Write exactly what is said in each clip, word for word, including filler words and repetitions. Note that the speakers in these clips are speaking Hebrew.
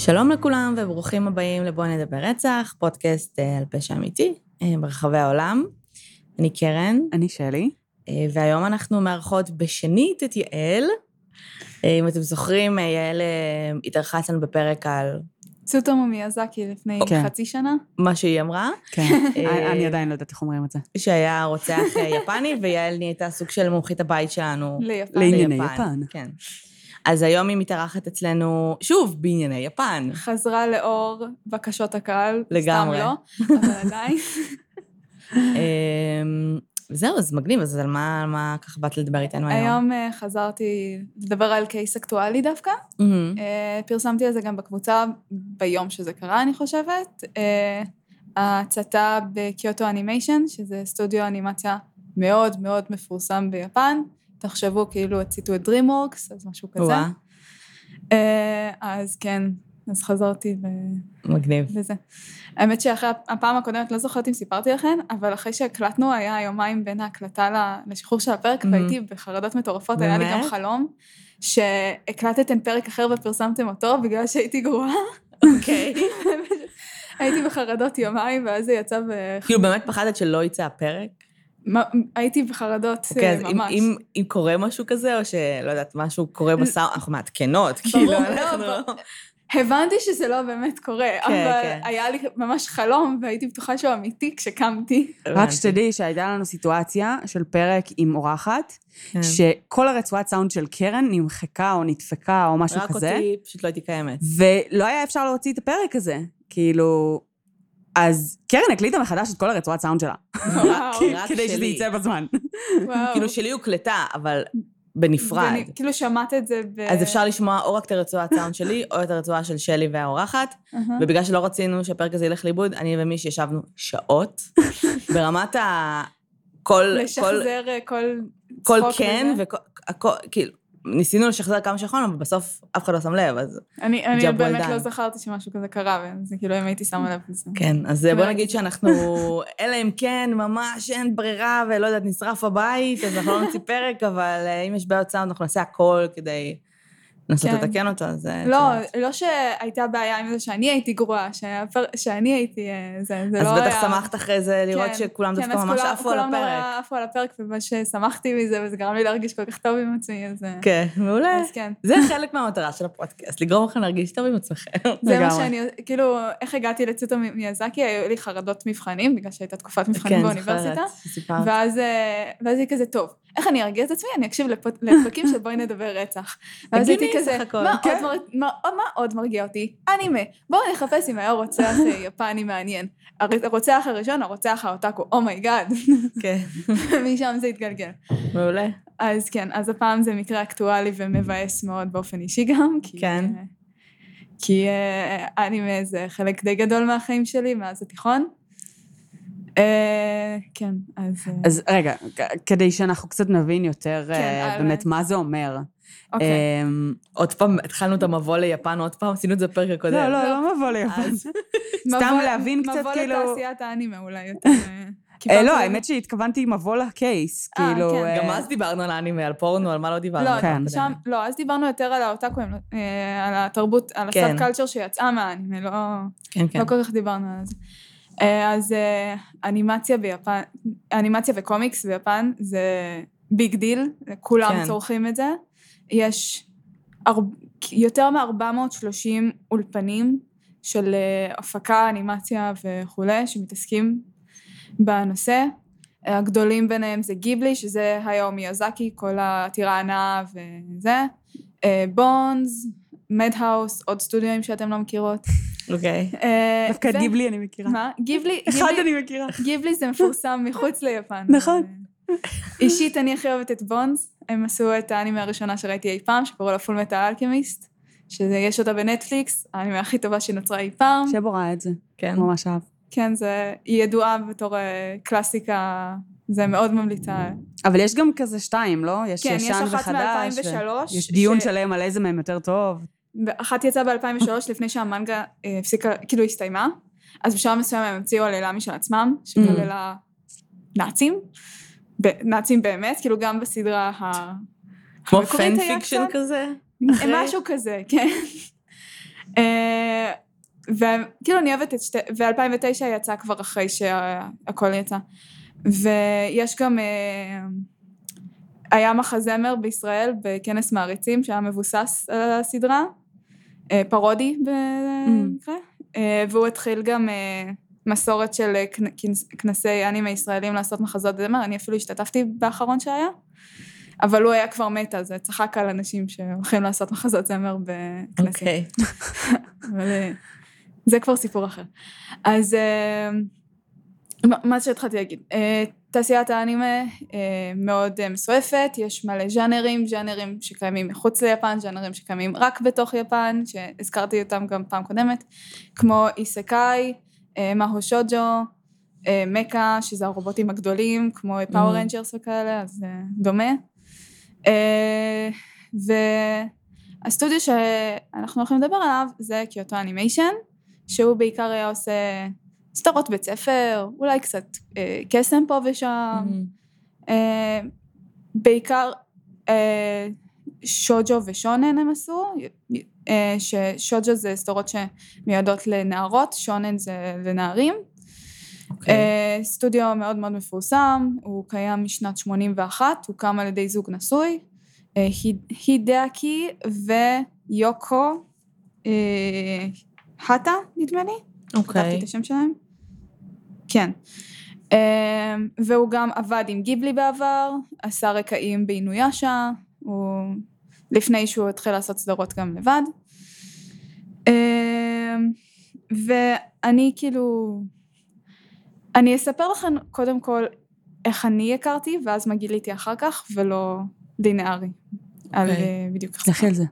שלום לכולם וברוכים הבאים לבוא נדבר רצח, פודקאסט על פשע אמיתי ברחבי העולם. אני קרן. אני שלי. והיום אנחנו מארחות בשנית את יעל. אם אתם זוכרים, יעל התארחה אצלנו בפרק על... צוטומו מיאזקי לפני חצי שנה. מה שהיא אמרה. כן, אני עדיין לא יודעת איך אומרים את זה. שהיה רוצח יפני, ויעל נהייתה סוג של מומחית הבית שלנו. ליפן. לענייני יפן. כן. אז היום היא מתארחת אצלנו, שוב, בענייני יפן. חזרה לאור בקשות הקהל. לגמרי. סתם לא, אבל עדיין. זהו, אז מגניב, אז על מה, מה ככה באת לדבר איתנו היום? היום חזרתי לדבר על קייס אקטואלי דווקא. פרסמתי על זה גם בקבוצה ביום שזה קרה, אני חושבת. ההצתה בקיוטו אנימיישן, שזה סטודיו אנימציה מאוד מאוד מפורסם ביפן. תחשבו כאילו הציתו את DreamWorks, אז משהו כזה. אז כן, אז חזרתי מגניב. וזה. האמת שאחרי הפעם הקודמת, לא זוכרת אם סיפרתי לכם, אבל אחרי שהקלטנו, היה יומיים בין ההקלטה לשחרור של הפרק, והייתי בחרדות מטורפות, היה לי גם חלום, שהקלטתם פרק אחר ופרסמתם אותו, בגלל שהייתי גרועה. אוקיי. הייתי בחרדות יומיים, ואז זה יצא ב... כאילו באמת פחדת שלא יצא הפרק? הייתי בחרדות ממש. אם קורה משהו כזה, או שלא יודעת, משהו קורה בסאונד, אנחנו מעדכנות, כאילו אנחנו לא... הבנתי שזה לא באמת קורה, אבל היה לי ממש חלום, והייתי בטוחה שהוא אמיתי כשקמתי. רק שתדעי שהייתה לנו סיטואציה של פרק עם אורחת, שכל הרצועת סאונד של קרן נמחקה או נדפקה או משהו כזה. רק אותי פשוט לא הייתי קיימת. ולא היה אפשר להוציא את הפרק הזה, כאילו... אז קרן הקליטה מחדש את כל הרצועת סאונד שלה. כדי שזה יצא בזמן. כאילו שלי הוקלטה, אבל בנפרד. כאילו שמעת את זה ב... אז אפשר לשמוע או רק את הרצועת סאונד שלי, או את הרצועה של שלי והאורחת, ובגלל שלא רצינו שהפרק הזה ילך לאיבוד, אני ומי שישבנו שעות, ברמת ה... לשחזר כל... כל כן, וכאילו... ניסינו לשחזר כמה שיכולנו, אבל בסוף אף אחד לא שם לב, אז... אני באמת לא זכרתי שמשהו כזה קרה, וזה כאילו, אם הייתי שמה לב לזה. כן, אז בוא נגיד שאנחנו, אלא אם כן, ממש אין ברירה, ולא יודעת, נשרף הבית, אז אנחנו לא נוציא פרק, אבל אם יש בעיות סאונד, אנחנו נעשה הכל כדי לנסות לתקן אותו, אז... לא, לא שהייתה בעיה עם זה שאני הייתי גרועה, שאני הייתי... אז בטח שמחת אחרי זה לראות שכולם דווקא ממש עפו על הפרק. עפו על הפרק, ומה ששמחתי מזה, וזה גרם לי להרגיש כל כך טוב עם עצמי, אז... כן, מעולה. זה חלק מהמטרה של הפודקאסט, לגרום לכם להרגיש טוב עם עצמכם. זה מה שאני... כאילו, איך הגעתי לצוטו מיאזקי, היו לי חרדות מבחנים, בגלל שהייתה תקופת מבחנים באוניברסיטה, ואז היא כזה, טוב, איך אני ארגיע את עצמי? אני אקשיב לפרקים של בואי נדבר רצח. ואז הייתי כזה, מה עוד מרגיע אותי? אנימה. בואו נחפש אם היה רוצח יפני מעניין. הרוצח הראשון, הרוצח האוטאקו. אומייגאד. כן. משם זה התגלגל. מעולה. אז כן, אז הפעם זה מקרה אקטואלי ומבאס מאוד באופן אישי גם. כן. כי אנימה זה חלק די גדול מהחיים שלי, מאז התיכון. כן, אז... אז רגע, כדי שאנחנו קצת נבין יותר באמת מה זה אומר. עוד פעם, התחלנו את המבוא ליפן, עוד פעם עשינו את זה פרק הקודם. לא, לא, לא מבוא ליפן. סתם להבין קצת כאילו... מבוא לתעשיית האנימה אולי יותר... לא, האמת שהתכוונתי מבוא לקייס, כאילו... גם אז דיברנו על האנימה, על פורנו, על מה לא דיברנו. לא, אז דיברנו יותר על האוטאקו, על התרבות, על הסאב קלצ'ר שיצאה מהאנימה, לא כל כך דיברנו על זה. אז אנימציה ביפן, אנימציה וקומיקס ביפן זה ביג דיל, כולם צורכים את זה. יש יותר מ-ארבע מאות ושלושים אולפנים של הפקה, אנימציה וכו' שמתעסקים בנושא. הגדולים ביניהם זה גיבלי, שזה היאו מיאזקי, כל הטיראנה וזה. בונז, מדהאוס, עוד סטודיואים שאתם לא מכירות. אוקיי. דווקא את גיבלי אני מכירה. מה? גיבלי... אחד אני מכירה. גיבלי זה מפורסם מחוץ ליפן. נכון. אישית אני הכי אוהבת את בונדס, הם עשו את האנימה הראשונה שראיתי אי פעם, שקורא לה פול מטל אלכמיסט, שיש אותה בנטפליקס, האנימה הכי טובה שנוצרה אי פעם. שבו ראה את זה. כן. ממש אהב. כן, זה... היא ידועה בתור קלאסיקה, זה מאוד ממליצה. אבל יש גם כזה שתיים, לא? יש כן, ישן וחדש. יש אחת מ-אלפיים ושלוש. יש דיון שלהם על איזה מהם יותר טוב. אחת יצאה ב-אלפיים ושלוש, לפני שהמנגה הפסיקה, כאילו הסתיימה, אז בשלב מסוים הם המציאו עלילה משל עצמם, שכללה נאצים, נאצים באמת, כאילו גם בסדרה ה... כמו פן פיקשן כזה? משהו כזה, כן. וכאילו אני אוהבת את שתי, ו-אלפיים ותשע יצא כבר אחרי שהכל יצא. ויש גם, היה מחזמר בישראל בכנס מעריצים, שהיה מבוסס על הסדרה, פרודי במקרה, והוא התחיל גם מסורת של כנסי אנימה ישראלים לעשות מחזות זמר, אני אפילו השתתפתי באחרון שהיה, אבל הוא היה כבר מת, אז צחק על אנשים שהולכים לעשות מחזות זמר בכנסים. אוקיי. אבל זה כבר סיפור אחר. אז מה שהתחלתי להגיד, תעשיית האנימה מאוד מסועפת, יש מלא ז'אנרים, ז'אנרים שקיימים מחוץ ליפן, ז'אנרים שקיימים רק בתוך יפן, שהזכרתי אותם גם פעם קודמת, כמו איסקאי, מאהו שוג'ו, מקה, שזה הרובוטים הגדולים, כמו פאוור רנג'רס וכאלה, אז דומה. והסטודיו שאנחנו הולכים לדבר עליו זה קיוטו אנימיישן, שהוא בעיקר היה עושה סדרות בית ספר, אולי קצת קסם פה ושם, בעיקר שוג'ו ושונן הם עשו, ששוג'ו זה סדרות שמיועדות לנערות, שונן זה לנערים, סטודיו מאוד מאוד מפורסם, הוא קיים משנת שמונים ואחת, הוא קם על ידי זוג נשוי, הידאקי ויוקו הטה, נדמה לי. אוקיי. כתבתי את השם שלהם. כן. והוא גם עבד עם גיבלי בעבר, עשה רקעים באינויאשה, הוא לפני שהוא התחיל לעשות סדרות גם לבד. ואני כאילו, אני אספר לכם קודם כל איך אני הכרתי, ואז מה גיליתי אחר כך, ולא לינארי. על בדיוק ככה. לכי על זה.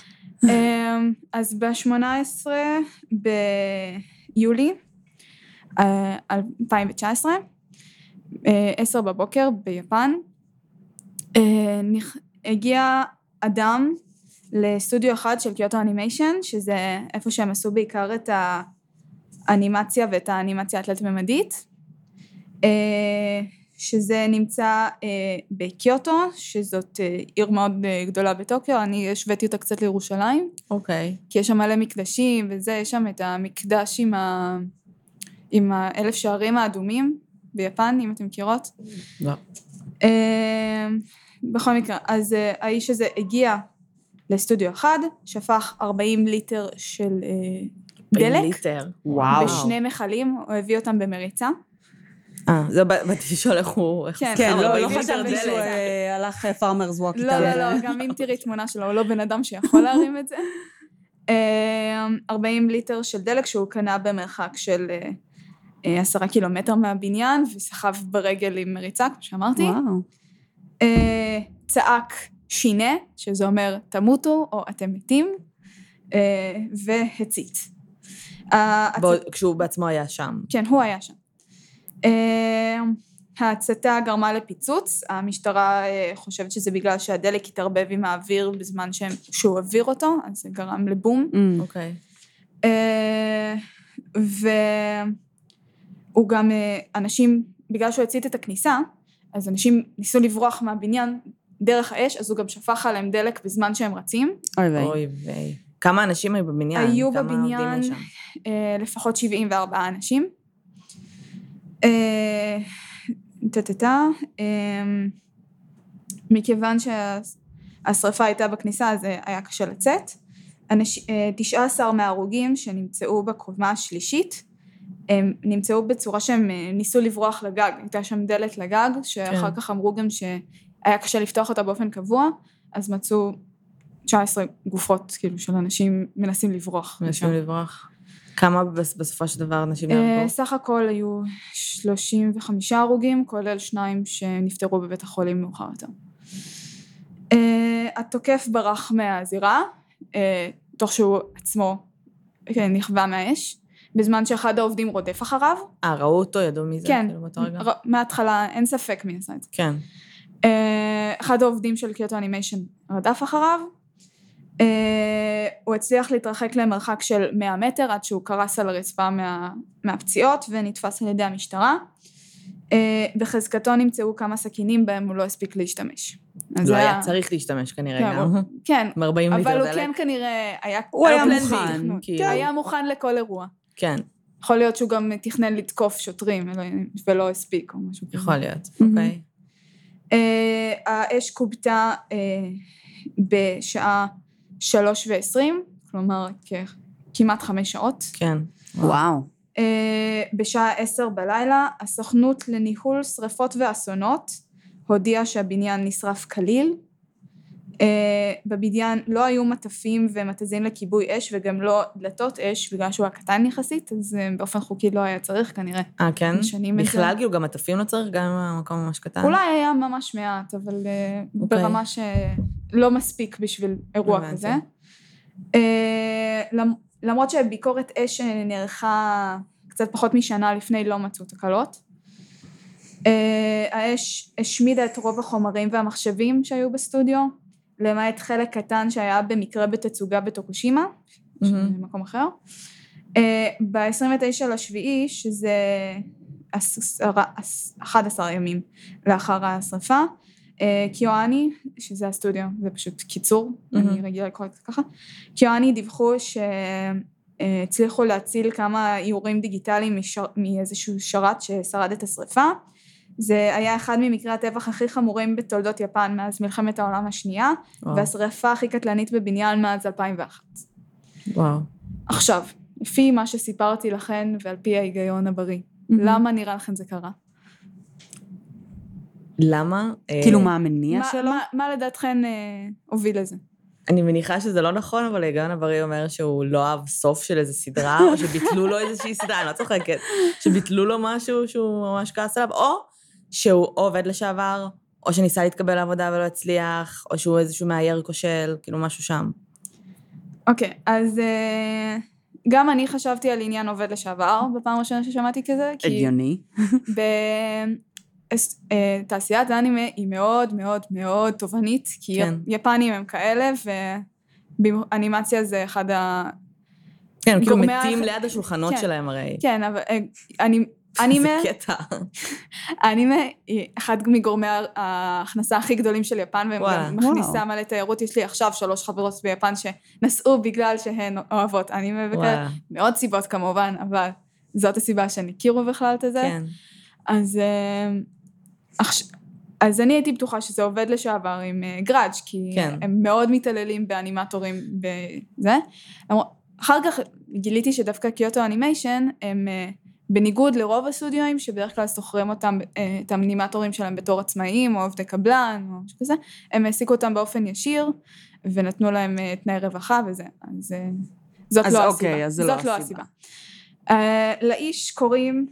אז ב-שמונה עשרה ביולי אלפיים תשע עשרה, עשר בבוקר ביפן, הגיע אדם לסטודיו אחד של קיוטו אנימיישן, שזה איפה שהם עשו בעיקר את האנימציה ואת האנימציה התלת-ממדית, שזה נמצא בקיוטו, שזאת עיר מאוד גדולה בטוקיו, אני השוויתי אותה קצת לירושלים. אוקיי. כי יש שם מלא מקדשים, וזה, יש שם את המקדש עם, ה... עם האלף שערים האדומים ביפן, אם אתם מכירות. לא. בכל מקרה, אז האיש הזה הגיע לסטודיו אחד, שפך ארבעים ליטר של דלק. ארבעים ליטר, וואו. בשני מחלים, הוא הביא אותם במריצה. אה, זה באתי לשאול איך הוא... כן, לא חשבתי שהוא הלך פארמרס ווק איתה. לא, לא, לא, גם אם תראי תמונה שלו, הוא לא בן אדם שיכול להרים את זה. ארבעים ליטר של דלק שהוא קנה במרחק של עשרה קילומטר מהבניין, וסחב ברגל עם מריצה, כמו שאמרתי. צעק שינה, שזה אומר תמותו או אתם מתים, והצית. כשהוא בעצמו היה שם. כן, הוא היה שם. ההצתה גרמה לפיצוץ, המשטרה חושבת שזה בגלל שהדלק התערבב עם האוויר בזמן שהוא אוויר אותו, אז זה גרם לבום. אוקיי. והוא גם, אנשים, בגלל שהוא הצית את הכניסה, אז אנשים ניסו לברוח מהבניין דרך האש, אז הוא גם שפך עליהם דלק בזמן שהם רצים. אוי ויי. אוי ויי. כמה אנשים היו בבניין? היו בבניין לפחות שבעים וארבעה אנשים. תתתה, מכיוון שהשריפה הייתה בכניסה, אז היה קשה לצאת. תשעה עשר מההרוגים שנמצאו בקומה השלישית, הם נמצאו בצורה שהם ניסו לברוח לגג, הייתה שם דלת לגג, שאחר כך אמרו גם שהיה קשה לפתוח אותה באופן קבוע, אז מצאו תשע עשרה גופות, כאילו, של אנשים מנסים לברוח. מנסים לברוח. כמה בסופו של דבר אנשים נהרגו? סך הכל היו שלושים וחמישה הרוגים, כולל שניים שנפטרו בבית החולים מאוחר יותר. התוקף ברח מהזירה, תוך שהוא עצמו נכווה מהאש, בזמן שאחד העובדים רודף אחריו. אה, ראו אותו, ידעו מי זה? כן, כאילו מההתחלה אין ספק מי עשה את זה. כן. אחד העובדים של קיוטו אנימיישן רדף אחריו, הוא הצליח להתרחק למרחק של מאה מטר, עד שהוא קרס על הרצפה מה, מהפציעות, ונתפס על ידי המשטרה. בחזקתו נמצאו כמה סכינים בהם הוא לא הספיק להשתמש. לא היה צריך להשתמש כנראה גם. כן, ארבעים ליטר דלק. אבל הוא כן כנראה היה... הוא היה מוכן. היה מוכן לכל אירוע. כן. יכול להיות שהוא גם תכנן לתקוף שוטרים, ולא הספיק או משהו כזה. יכול להיות, אוקיי. האש קובטה בשעה שלוש ועשרים, כלומר כמעט חמש שעות. כן. וואו. בשעה עשר בלילה, הסוכנות לניהול שריפות ואסונות הודיעה שהבניין נשרף כליל. בבניין לא היו מטפים ומתזים לכיבוי אש וגם לא דלתות אש, בגלל שהוא הקטן יחסית, אז באופן חוקי לא היה צריך כנראה. אה, כן? בכלל כאילו גם מטפים לא צריך, גם המקום ממש קטן? אולי היה ממש מעט, אבל ברמה שלא מספיק בשביל אירוע כזה. למרות שביקורת אש נערכה קצת פחות משנה לפני לא מצאו תקלות. האש השמידה את רוב החומרים והמחשבים שהיו בסטודיו, למעט חלק קטן שהיה במקרה בתצוגה בטוקושימה, במקום אחר. ב-עשרים ותשעה לשביעי, שזה אחד עשר ימים לאחר השריפה, קיואני, שזה הסטודיו, זה פשוט קיצור, אני רגילה לקרוא את זה ככה, קיואני דיווחו שהצליחו להציל כמה איורים דיגיטליים מאיזשהו שרת ששרד את השריפה. זה היה אחד ממקרי הטבח הכי חמורים בתולדות יפן מאז מלחמת העולם השנייה, והשריפה הכי קטלנית בבניין מאז אלפיים ואחת. וואו. עכשיו, לפי מה שסיפרתי לכן ועל פי ההיגיון הבריא, למה נראה לכם זה קרה? למה? כאילו מה המניע שלו? מה לדעתכן הוביל לזה? אני מניחה שזה לא נכון, אבל ההיגיון הבריא אומר שהוא לא אהב סוף של איזו סדרה, או שביטלו לו איזושהי סדרה, אני לא צוחקת, שביטלו לו משהו שהוא ממש כעס עליו, או שהוא עובד לשעבר, או שניסה להתקבל לעבודה ולא הצליח, או שהוא איזשהו מאייר כושל, כאילו משהו שם. אוקיי, אז גם אני חשבתי על עניין עובד לשעבר, בפעם הראשונה ששמעתי כזה, כי... הגיוני. תעשיית האנימה היא מאוד מאוד מאוד תובענית, כי יפנים הם כאלה, ובאנימציה זה אחד ה... כן, כאילו מתים ליד השולחנות שלהם הרי. כן, אבל אנימה... זה קטע. אנימה היא אחד מגורמי ההכנסה הכי גדולים של יפן, והם מכניסה מלא תיירות. יש לי עכשיו שלוש חברות ביפן שנסעו בגלל שהן אוהבות אנימה וכאלה. מאוד סיבות כמובן, אבל זאת הסיבה שאני הכירו בכלל את זה. כן. אז... אז אני הייתי בטוחה שזה עובד לשעבר עם גראדג', כי כן. הם מאוד מתעללים באנימטורים בזה. אחר כך גיליתי שדווקא קיוטו אנימיישן, הם בניגוד לרוב הסטודיואים, שבדרך כלל סוחרים אותם, את האנימטורים שלהם בתור עצמאיים, או עובדי קבלן, או משהו כזה, הם העסיקו אותם באופן ישיר, ונתנו להם תנאי רווחה וזה. אז זאת אז לא אוקיי, הסיבה. אז זה זאת לא לא הסיבה. הסיבה. לאיש קוראים...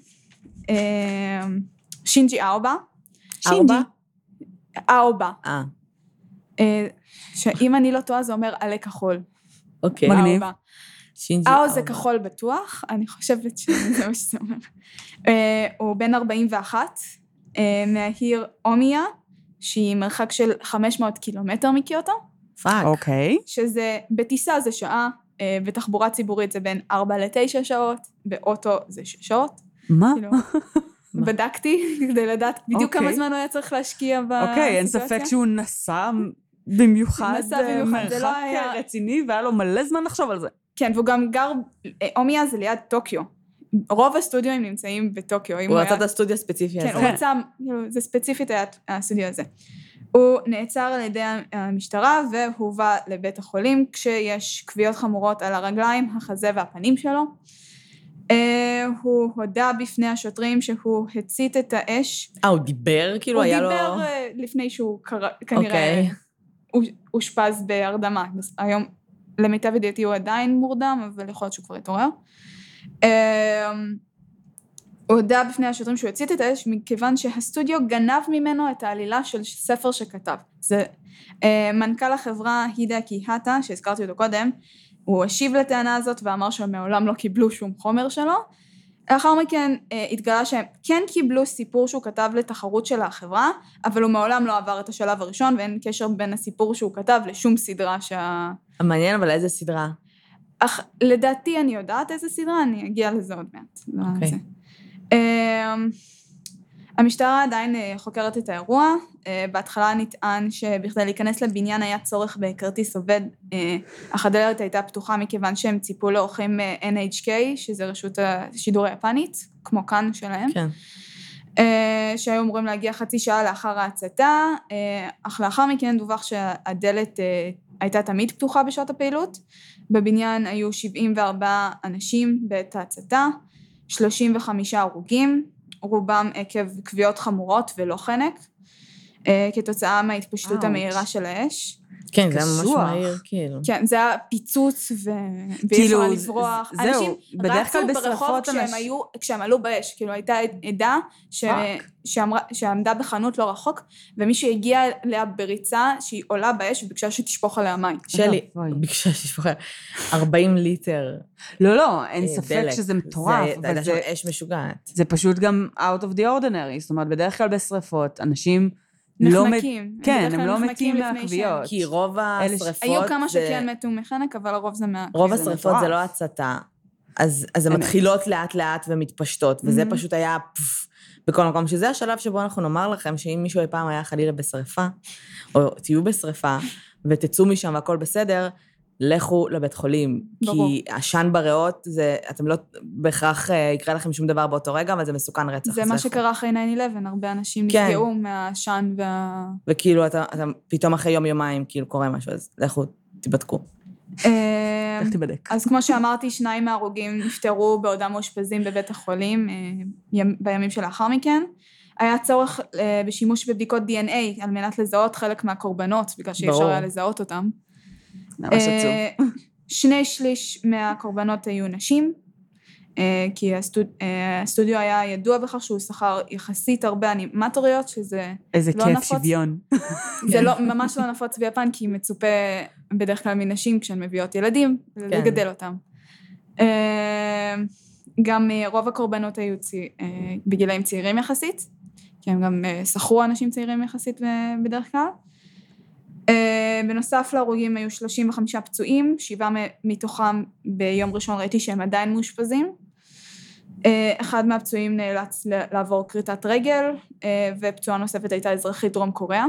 שינג'י אאובה. שינג'י? אאובה. אה. שאם אני לא טועה זה אומר עלה כחול. אוקיי. מגניב. שינג'י אאו זה כחול בטוח, אני חושבת שזה מה שזה אומר. הוא בן ארבעים ואחת, מהעיר אומיה, שהיא מרחק של חמש מאות קילומטר מקיוטו. פאק. אוקיי. שזה, בטיסה זה שעה, בתחבורה ציבורית זה בין ארבע לתשע שעות, באוטו זה שש שעות. מה? בדקתי כדי לדעת בדיוק כמה זמן הוא היה צריך להשקיע בסיטואציה. אוקיי, אין ספק שהוא נסע במיוחד מרחק רציני, והיה לו מלא זמן לחשוב על זה. כן, והוא גם גר, אומיה זה ליד טוקיו. רוב הסטודיואים נמצאים בטוקיו. הוא רצה את הסטודיו הספציפי הזה. כן, הוא רצה, זה ספציפית היה הסטודיו הזה. הוא נעצר על ידי המשטרה, והובא לבית החולים, כשיש כוויות חמורות על הרגליים, החזה והפנים שלו. הוא הודע בפני השוטרים שהוא הצית את האש. אה, הוא דיבר? כאילו היה לו... הוא דיבר לפני שהוא כנראה הושפז בהרדמה. היום, למיטב ידיעתי הוא עדיין מורדם, אבל יכול להיות שהוא כבר התעורר. הוא הודע בפני השוטרים שהוא הצית את האש, מכיוון שהסטודיו גנב ממנו את העלילה של ספר שכתב. זה מנכ"ל החברה הידה קיהטה, שהזכרתי אותו קודם, הוא השיב לטענה הזאת ואמר שהם מעולם לא קיבלו שום חומר שלו. לאחר מכן התגלה שהם כן קיבלו סיפור שהוא כתב לתחרות של החברה, אבל הוא מעולם לא עבר את השלב הראשון, ואין קשר בין הסיפור שהוא כתב לשום סדרה שה... מעניין, אבל איזה סדרה? אך, לדעתי אני יודעת איזה סדרה, אני אגיע לזה עוד מעט. אוקיי. המשטרה עדיין חוקרת את האירוע, בהתחלה נטען שבכדי להיכנס לבניין היה צורך בכרטיס עובד, אך הדלת הייתה פתוחה מכיוון שהם ציפו לאורחים אן אייץ' קיי, שזה רשות השידור היפנית, כמו כאן שלהם, כן. שהיו אמורים להגיע חצי שעה לאחר ההצתה, אך לאחר מכן דווח שהדלת הייתה תמיד פתוחה בשעות הפעילות, בבניין היו שבעים וארבעה אנשים בעת ההצתה, שלושים וחמישה הרוגים, רובם עקב קביעות חמורות ולא חנק, כתוצאה מההתפשטות המהירה של האש. כן, זה היה ממש מהיר, כאילו. כן, זה היה פיצוץ ואפשר לברוח. אנשים רצו ברחוב כשהם עלו באש, כאילו הייתה עדה שעמדה בחנות לא רחוק, ומישהו הגיע אליה בריצה שהיא עולה באש וביקשה שתשפוך עליה מים. שלי, ביקשה שתשפוך עליה ארבעים ליטר. לא, לא, אין ספק שזה מטורף. זה אש משוגעת. זה פשוט גם out of the ordinary, זאת אומרת, בדרך כלל בשריפות, אנשים נחנקים. כן, הם לא מתים מהכוויות. כי רוב השריפות... היו כמה שכן מתו מחנק, אבל הרוב זה מה... רוב השריפות זה לא הצתה. אז הן מתחילות לאט לאט ומתפשטות, וזה פשוט היה פוף, בכל מקום, שזה השלב שבו אנחנו נאמר לכם, שאם מישהו אי פעם היה חלילה בשריפה, או תהיו בשריפה, ותצאו משם והכל בסדר, לכו לבית חולים, כי עשן בריאות, זה, אתם לא בהכרח יקרה לכם שום דבר באותו רגע, אבל זה מסוכן רצח. זה מה שקרה אחרי תשע אחת עשרה, הרבה אנשים נפגעו מהעשן וה... וכאילו, אתה פתאום אחרי יום-יומיים, כאילו קורה משהו, אז לכו, תיבדקו. איך תיבדק? אז כמו שאמרתי, שניים מההרוגים נפטרו בעודם מאושפזים בבית החולים, בימים שלאחר מכן. היה צורך בשימוש בבדיקות די אן איי, על מנת לזהות חלק מהקורבנות, בגלל שאי אפשר היה לזהות אותם. ממש עצוב. שני שליש מהקורבנות היו נשים, כי הסטודיו היה ידוע בכך שהוא שכר יחסית הרבה אנימטוריות, שזה איזה כיף, שוויון. זה ממש לא נפוץ ביפן, כי מצופה בדרך כלל מנשים כשהן מביאות ילדים, לגדל אותם. גם רוב הקורבנות היו בגילאים צעירים יחסית, כי הם גם שכרו אנשים צעירים יחסית בדרך כלל. בנוסף להרוגים היו שלושים וחמישה פצועים, שבעה מתוכם ביום ראשון ראיתי שהם עדיין מאושפזים. אחד מהפצועים נאלץ לעבור כריתת רגל, ופצועה נוספת הייתה אזרחית דרום קוריאה.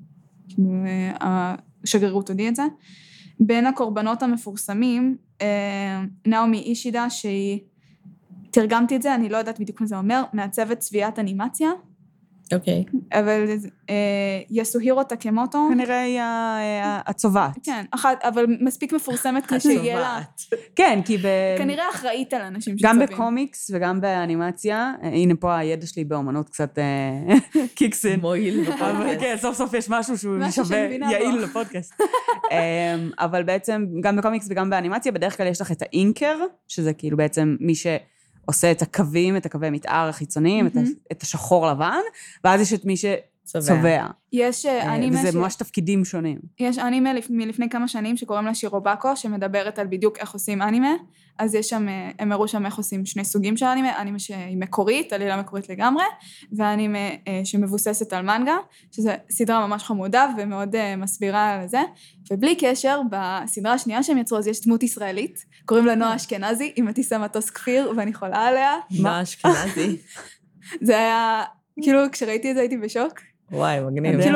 השגרירות הודיעה את זה. בין הקורבנות המפורסמים, נאומי אישידה, שהיא, תרגמתי את זה, אני לא יודעת בדיוק מה זה אומר, מעצבת צביעת אנימציה. אוקיי. אבל יסוהירו טקמוטו. כנראה היא הצובעת. כן, אבל מספיק מפורסמת כדי שיהיה לה. כן, כי ב... כנראה אחראית על אנשים שצובעים. גם בקומיקס וגם באנימציה, הנה פה הידע שלי באומנות קצת קיקסין. מועיל בפודקאסט. כן, סוף סוף יש משהו שהוא שווה יעיל לפודקאסט. אבל בעצם גם בקומיקס וגם באנימציה, בדרך כלל יש לך את האינקר, שזה כאילו בעצם מי ש... עושה את הקווים, את הקווי מתאר החיצוניים, mm-hmm. את השחור לבן, ואז יש את מי שצובע. יש אנימה וזה ש... ממש תפקידים שונים. יש אנימה מלפני כמה שנים שקוראים לה שירובקו, שמדברת על בדיוק איך עושים אנימה, אז יש שם, הם הראו שם איך עושים שני סוגים של אנימה, אנימה שהיא מקורית, עלילה מקורית לגמרי, ואנימה שמבוססת על מנגה, שזו סדרה ממש חמודה ומאוד מסבירה על זה, ובלי קשר, בסדרה השנייה שהם יצרו, אז יש דמות ישראלית, קוראים לה נועה אשכנזי, עם מטיסה מטוס כפיר, ואני חולה עליה. נועה אשכנזי. זה היה, כאילו, כשראיתי את זה הייתי בשוק. וואי, מגניב. כאילו,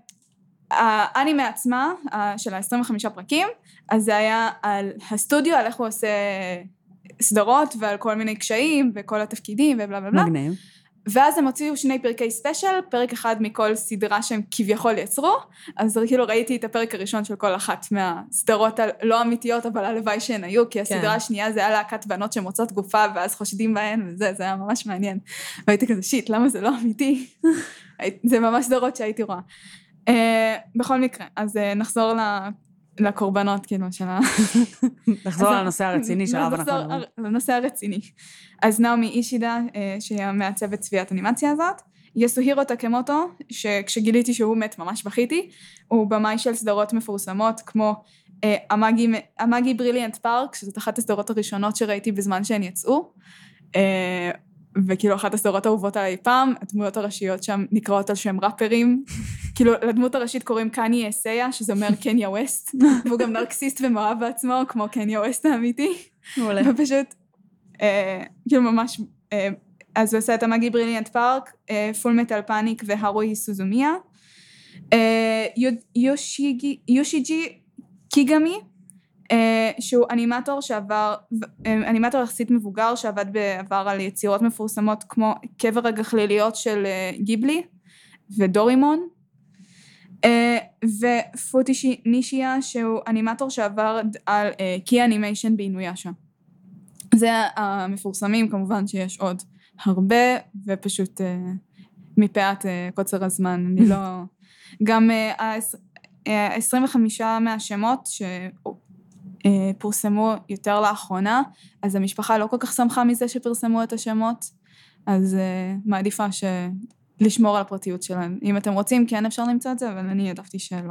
האנימה עצמה, של ה-עשרים וחמישה פרקים, אז זה היה על הסטודיו, על איך הוא עושה סדרות, ועל כל מיני קשיים, וכל התפקידים, ובלה בלה בלה. מגניב. ואז הם הוציאו שני פרקי ספיישל, פרק אחד מכל סדרה שהם כביכול יצרו, אז כאילו ראיתי את הפרק הראשון של כל אחת מהסדרות הלא אמיתיות, אבל הלוואי שהן היו, כי הסדרה השנייה זה היה להקת בנות שמוצאות גופה, ואז חושדים בהן, וזה, זה היה ממש מעניין. והייתי כזה, שיט, למה זה לא אמיתי? זה ממש סדרות שהייתי רואה. בכל מקרה, אז נחזור לקורבנות, כאילו, של ה... נחזור לנושא הרציני שלב אנחנו... נחזור לנושא הרציני. אז נאומי אישידה, שהיא המעצבת צביעת אנימציה הזאת, יסוהירו טקמוטו, שכשגיליתי שהוא מת ממש בכיתי, הוא במאי של סדרות מפורסמות, כמו המאגי בריליאנט פארק, שזאת אחת הסדרות הראשונות שראיתי בזמן שהן יצאו, וכאילו אחת הסדרות האהובות עליי פעם, הדמויות הראשיות שם נקראות על שם ראפרים, כאילו לדמות הראשית קוראים קניה אסיה, שזה אומר קניה ווסט, והוא גם נרקסיסט ומאוהב בעצמו, כמו קניה ווסט האמיתי, ופשוט, כאילו ממש, אז הוא עושה את המאגי בריליאנט פארק, פול מטל פאניק והרוי סוזומיה. יושיג'י קיגמי, שהוא אנימטור שעבר, אנימטור יחסית מבוגר שעבד בעבר על יצירות מפורסמות כמו קבר הגחליליות של גיבלי ודורימון, ופוטישי נישיה שהוא אנימטור שעבר על קי אנימיישן באינויאשה. זה המפורסמים, כמובן שיש עוד הרבה, ופשוט מפאת קוצר הזמן, אני לא... גם ה-עשרים וחמישה מהשמות שפורסמו יותר לאחרונה, אז המשפחה לא כל כך שמחה מזה שפרסמו את השמות, אז מעדיפה לשמור על הפרטיות שלהם. אם אתם רוצים, כן אפשר למצוא את זה, אבל אני העדפתי שלא.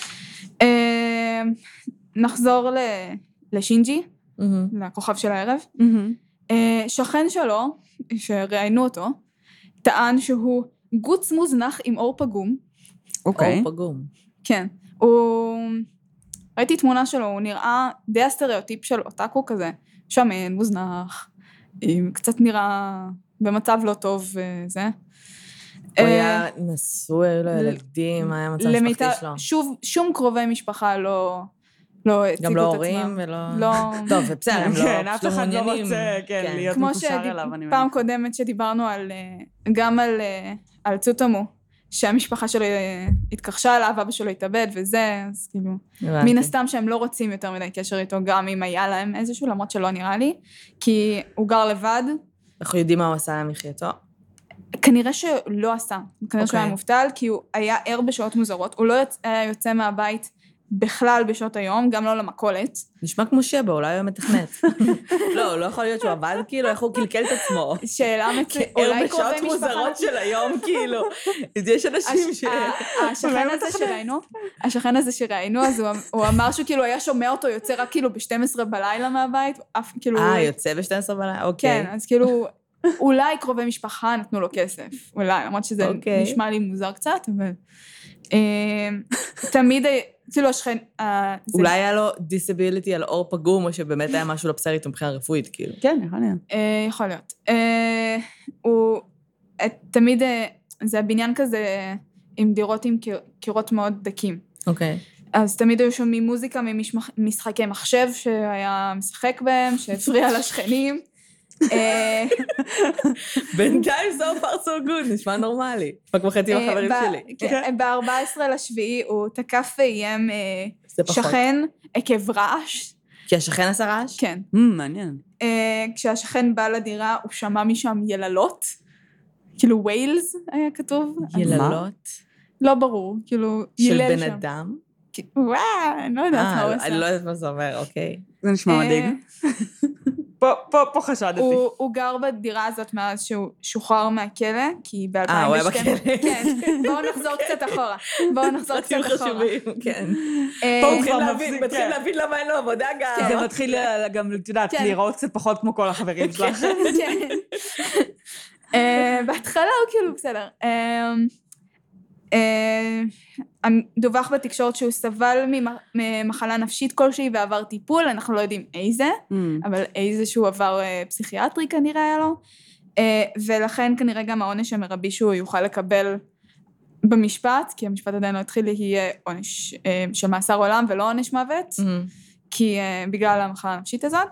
נחזור לשינג'י, לכוכב של הערב. שכן שלו, שראיינו אותו, טען שהוא גוץ מוזנח עם אור פגום. אוקיי. אור פגום. כן. הוא... ראיתי תמונה שלו, הוא נראה די הסטריאוטיפ של אוטאקו כזה, שמן, מוזנח, קצת נראה במצב לא טוב וזה. הוא היה נשוי, היו לו ילדים, היה מצב משפחתי שלו. שוב, שום קרובי משפחה לא... לא הציגו את עצמם. גם לא הורים ולא... טוב, בסדר, הם לא... כן, אף אחד לא רוצה להיות מקושר אליו, אני מניחה. כמו פעם קודמת שדיברנו גם על צוטומו, שהמשפחה שלו התכחשה אליו, אבא שלו התאבד וזה, אז כאילו... מן הסתם שהם לא רוצים יותר מדי קשר איתו, גם אם היה להם איזשהו, למרות שלא נראה לי, כי הוא גר לבד. אנחנו יודעים מה הוא עשה למחייתו? כנראה שלא עשה, כנראה שהוא היה מובטל, כי הוא היה ער בשעות מוזרות, הוא לא היה יוצא מהבית בכלל בשעות היום, גם לא למקולת. נשמע כמו שבא, אולי הוא מתכנת. לא, לא יכול להיות שהוא עבד, כאילו, איך הוא קלקל את עצמו. שאלה מצוין, אולי בשעות מוזרות של היום, כאילו. יש אנשים ש... השכן הזה שראינו, השכן הזה שראינו, אז הוא אמר שהוא כאילו היה שומע אותו, יוצא רק כאילו ב-שתים עשרה בלילה מהבית, אה, יוצא ב-שתים עשרה בלילה, אוקיי. כן, אז כאילו... אולי קרובי משפחה נתנו לו כסף, אולי, למרות שזה נשמע לי מוזר קצת, אבל תמיד, כאילו השכן... אולי היה לו דיסביליטי על אור פגום, או שבאמת היה משהו לא בסדר איתו מבחינה רפואית, כאילו. כן, יכול להיות. יכול להיות. הוא תמיד, זה הבניין כזה עם דירות עם קירות מאוד דקים. אוקיי. אז תמיד היו שומעים מוזיקה ממשחקי מחשב שהיה משחק בהם, שהפריע לשכנים. בינתיים so far so good, נשמע נורמלי. פק וחצי עם החברים שלי. ב-ארבעה עשר לשביעי הוא תקף ואיים שכן עקב רעש. כי השכן עשה רעש? כן. מעניין. כשהשכן בא לדירה הוא שמע משם יללות, כאילו ווילס היה כתוב. יללות? לא ברור, כאילו של בן אדם? וואו, אני לא יודעת מה הוא עושה. אני לא יודעת מה זה אומר, אוקיי. זה נשמע מדאיג. פה, פה, פה חשדתי. הוא, הוא גר בדירה הזאת מאז שהוא שוחרר מהכלא, כי ב-אלפיים ושתים עשרה... אה, הוא היה בכלא. כן, בואו נחזור קצת אחורה. בואו נחזור קצת אחורה. חשובים, כן. פה מתחיל להבין למה אין לו עבודה גם. זה מתחיל גם, את יודעת, להיראות קצת פחות כמו כל החברים שלך. כן. בהתחלה הוא כאילו בסדר. דווח בתקשורת שהוא סבל ממחלה נפשית כלשהי ועבר טיפול, אנחנו לא יודעים איזה, אבל איזה שהוא עבר פסיכיאטרי כנראה היה לו, ולכן כנראה גם העונש המרבי שהוא יוכל לקבל במשפט, כי המשפט עדיין לא התחיל, יהיה עונש של מאסר עולם ולא עונש מוות, כי בגלל המחלה הנפשית הזאת.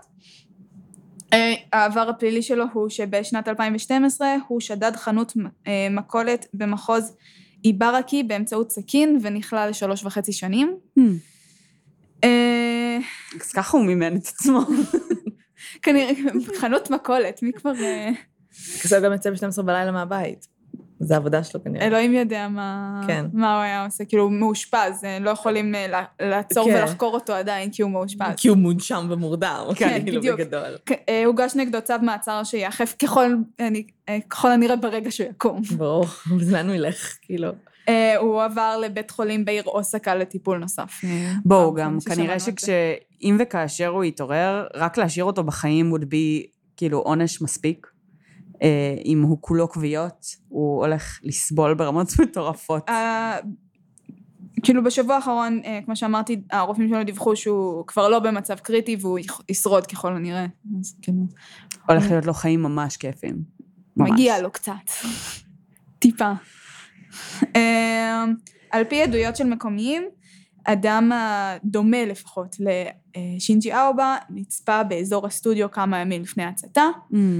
העבר הפלילי שלו הוא שבשנת אלפיים ושתים עשרה הוא שדד חנות מכולת במחוז איברקי באמצעות סכין ונכלל לשלוש וחצי שנים. אז ככה הוא מימן את עצמו. כנראה, חנות מכולת, מי כבר... כסף גם יצא ב-שתים עשרה בלילה מהבית. זה העבודה שלו כנראה. אלוהים יודע מה הוא היה עושה, כאילו הוא מאושפז, לא יכולים לעצור ולחקור אותו עדיין כי הוא מאושפז. כי הוא מונשם ומורדם, כן, בדיוק. הוגש נגדו צו מעצר שיאכף ככל הנראה ברגע שהוא יקום. ברור, בזמן הוא ילך, כאילו. הוא עבר לבית חולים בעיר אוסקה לטיפול נוסף. בואו, גם כנראה שכשאם וכאשר הוא יתעורר, רק להשאיר אותו בחיים would be כאילו עונש מספיק. אם הוא כולו כוויות, הוא הולך לסבול ברמות מטורפות. כאילו בשבוע האחרון, כמו שאמרתי, הרופאים שלנו דיווחו שהוא כבר לא במצב קריטי, והוא ישרוד ככל הנראה. הולך להיות לו חיים ממש כיפים. מגיע לו קצת. טיפה. על פי עדויות של מקומיים, אדם הדומה לפחות לשינג'י אאובה, נצפה באזור הסטודיו כמה ימים לפני הצתה.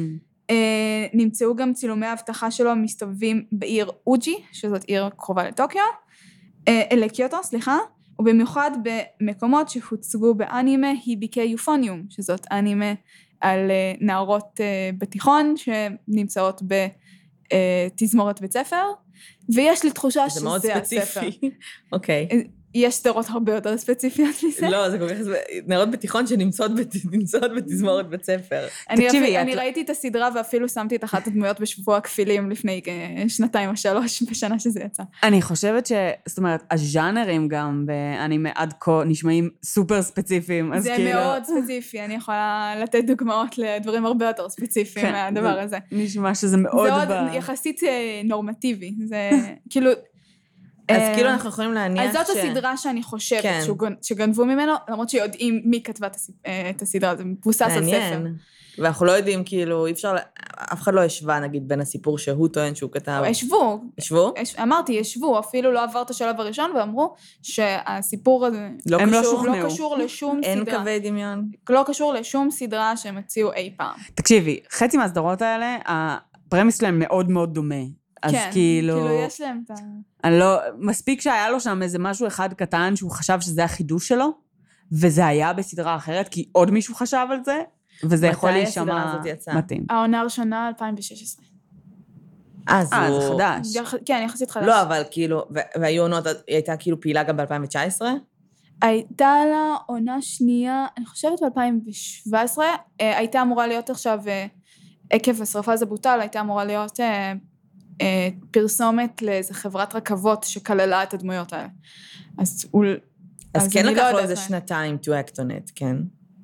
נמצאו גם צילומי ההבטחה שלו מסתובבים בעיר אוג'י, שזאת עיר קרובה לטוקיו, לקיוטו, סליחה, ובמיוחד במקומות שהוצגו באנימה היביקי יופוניום, שזאת אנימה על נערות בתיכון שנמצאות בתזמורת בית ספר, ויש לי תחושה שזה הספר. זה מאוד ספציפי. אוקיי. יש סדרות הרבה יותר ספציפיות לזה. לא, זה כל כך נערות בתיכון שנמצאות בתזמורת בית ספר. אני ראיתי את הסדרה ואפילו שמתי את אחת הדמויות בשבוע הכפילים לפני שנתיים או שלוש בשנה שזה יצא. אני חושבת ש... זאת אומרת, הז'אנרים גם, ואני עד כה נשמעים סופר ספציפיים. זה מאוד ספציפי, אני יכולה לתת דוגמאות לדברים הרבה יותר ספציפיים מהדבר הזה. נשמע שזה מאוד... זה עוד יחסית נורמטיבי. זה כאילו... אז כאילו אנחנו יכולים להניח ש... אז זאת הסדרה שאני חושבת שגנבו ממנו, למרות שיודעים מי כתבה את הסדרה, זה מבוסס על ספר. מעניין. ואנחנו לא יודעים, כאילו, אי אפשר, אף אחד לא ישבה, נגיד, בין הסיפור שהוא טוען שהוא כתב. ישבו. ישבו? אמרתי, ישבו, אפילו לא עבר את השלב הראשון, ואמרו שהסיפור הזה לא קשור לשום סדרה. אין קווי דמיון. לא קשור לשום סדרה שהם הציעו אי פעם. תקשיבי, חצי מהסדרות האלה, הפרמיס שלהם מאוד מאוד דומה. אז כן, כאילו... כאילו יש להם את ה... אני לא... מספיק שהיה לו שם איזה משהו אחד קטן שהוא חשב שזה החידוש שלו, וזה היה בסדרה אחרת, כי עוד מישהו חשב על זה, וזה יכול להישמע מתאים. העונה הראשונה, אלפיים ושש עשרה. אז הוא... אה, זה חדש. כן, יחסית חדש. לא, אבל כאילו... והיו עונות, היא הייתה כאילו פעילה גם ב-אלפיים תשע עשרה? הייתה לה עונה שנייה, אני חושבת ב-אלפיים שבע עשרה, הייתה אמורה להיות עכשיו, עקב השרפה זה בוטל, הייתה אמורה להיות... פרסומת לאיזו חברת רכבות שכללה את הדמויות האלה. אז הוא... אז כן לקח לו איזה שנתיים to act on it, כן?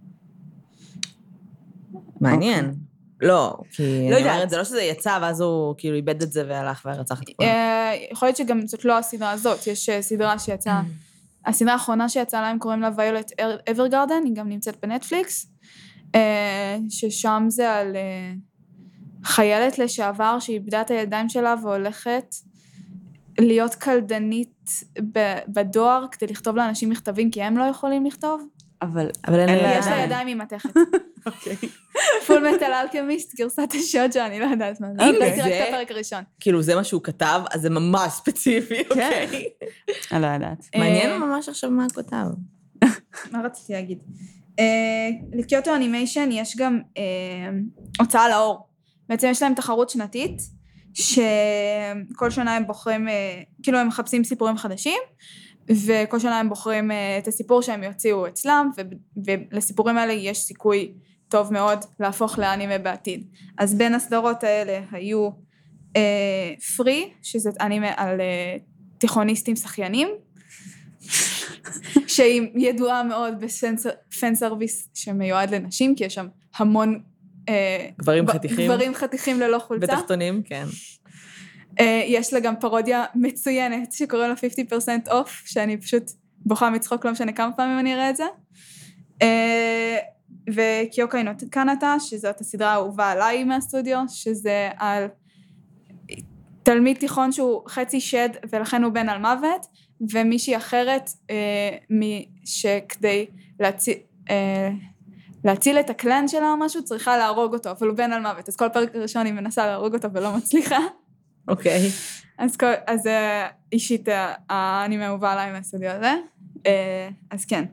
מעניין. לא, כי אני אומרת, זה לא שזה יצא, ואז הוא כאילו איבד את זה והלך והרצח את כולם. יכול להיות שגם זאת לא הסדרה הזאת, יש סדרה שיצאה, הסדרה האחרונה שיצאה להם קוראים לה ויולט אברגרדן, היא גם נמצאת בנטפליקס, ששם זה על... חיילת לשעבר שאיבדה את הידיים שלה והולכת להיות קלדנית בדואר כדי לכתוב לאנשים מכתבים, כי הם לא יכולים לכתוב. אבל... יש לה ידיים ממתכת. אוקיי. פול מטל אלכמיסט, גרסת השוד שאני לא יודעת מה. אם זה... רק את הפרק הראשון. כאילו זה מה שהוא כתב, אז זה ממש ספציפי, אוקיי? אני לא יודעת. מעניין ממש עכשיו מה כותב. מה רציתי להגיד? לקיוטו אנימיישן יש גם הוצאה לאור. בעצם יש להם תחרות שנתית, שכל שנה הם בוחרים, כאילו הם מחפשים סיפורים חדשים, וכל שנה הם בוחרים את הסיפור שהם יוציאו אצלם, ולסיפורים האלה יש סיכוי טוב מאוד להפוך לאנימה בעתיד. אז בין הסדרות האלה היו פרי, שזאת אנימה על תיכוניסטים שחיינים, שהיא ידועה מאוד בפן סרוויס שמיועד לנשים, כי יש שם המון גברים חתיכים. גברים חתיכים ללא חולצה. בתחתונים, כן. יש לה גם פרודיה מצוינת שקוראים לה חמישים אחוז אוף, שאני פשוט בוכה מצחוק, לא משנה כמה פעמים אני אראה את זה. וקיוקאי נו קנטה, שזאת הסדרה האהובה עליי מהסטודיו, שזה על תלמיד תיכון שהוא חצי שד ולכן הוא בן על מוות, ומישהי אחרת שכדי להציל... להציל את הקלן שלה או משהו, צריכה להרוג אותו, אבל הוא בן על מוות. אז כל פרק ראשון היא מנסה להרוג אותו ולא מצליחה. אוקיי. אז, אז אישית, אני מאהובה עליי מהסטודיו הזה. אז כן.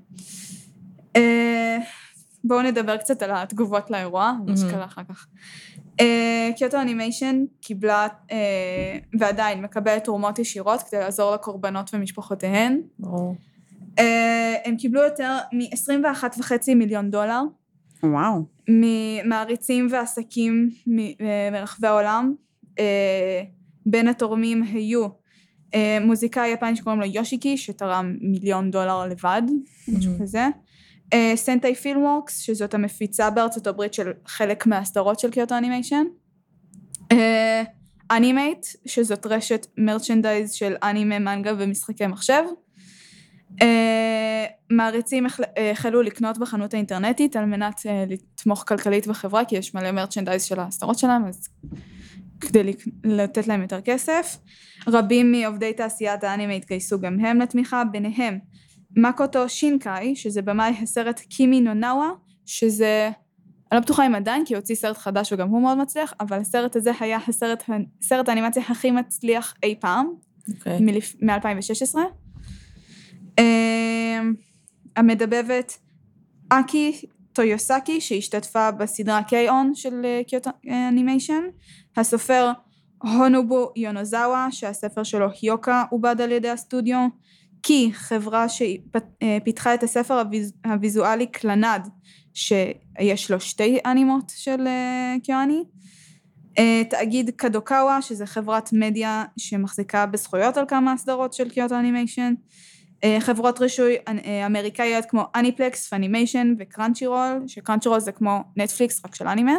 בואו נדבר קצת על התגובות לאירוע, מה שקרה אחר כך. קיוטו אנימיישן קיבלה, ועדיין מקבלת תרומות ישירות, כדי לעזור לקורבנות ומשפחותיהן. ברור. הם קיבלו יותר מ-עשרים ואחד וחצי מיליון דולר. וואו. ממעריצים ועסקים מרחבי העולם. בין התורמים היו מוזיקאי יפני שקוראים לו יושיקי, שתרם מיליון דולר לבד, משהו כזה. סנטאי פילמוורקס, שזאת המפיצה בארצות הברית של חלק מהסדרות של קיוטו אנימיישן. אנימייט, שזאת רשת מרצ'נדייז של אנימה, מנגה ומשחקי מחשב. מעריצים החלו לקנות בחנות האינטרנטית על מנת לתמוך כלכלית בחברה, כי יש מלא מרצ'נדייז של הסדרות שלהם, אז כדי לתת להם יותר כסף. רבים מעובדי תעשיית האנימה התגייסו גם הם לתמיכה, ביניהם מקוטו שינקאי, שזה במאי הסרט קימי נו נאווה, שזה, אני לא בטוחה אם עדיין, כי הוציא סרט חדש וגם הוא מאוד מצליח, אבל הסרט הזה היה הסרט, סרט האנימציה הכי מצליח אי פעם, okay. מ-אלפיים ושש עשרה. המדבבת אקי טויוסקי, שהשתתפה בסדרה קיי-און של קיוטו אנימיישן, הסופר הונובו יונוזאווה, שהספר שלו היוקה עובד על ידי הסטודיו, כי חברה שפיתחה את הספר הוויזואלי קלנד, שיש לו שתי אנימות של קיואני, תאגיד קדוקאווה, שזה חברת מדיה שמחזיקה בזכויות על כמה סדרות של קיוטו אנימיישן, חברות רישוי אמריקאיות כמו אניפלקס, פאנימיישן וקראנצ'י רול, שקראנצ'י רול זה כמו נטפליקס רק של אנימה,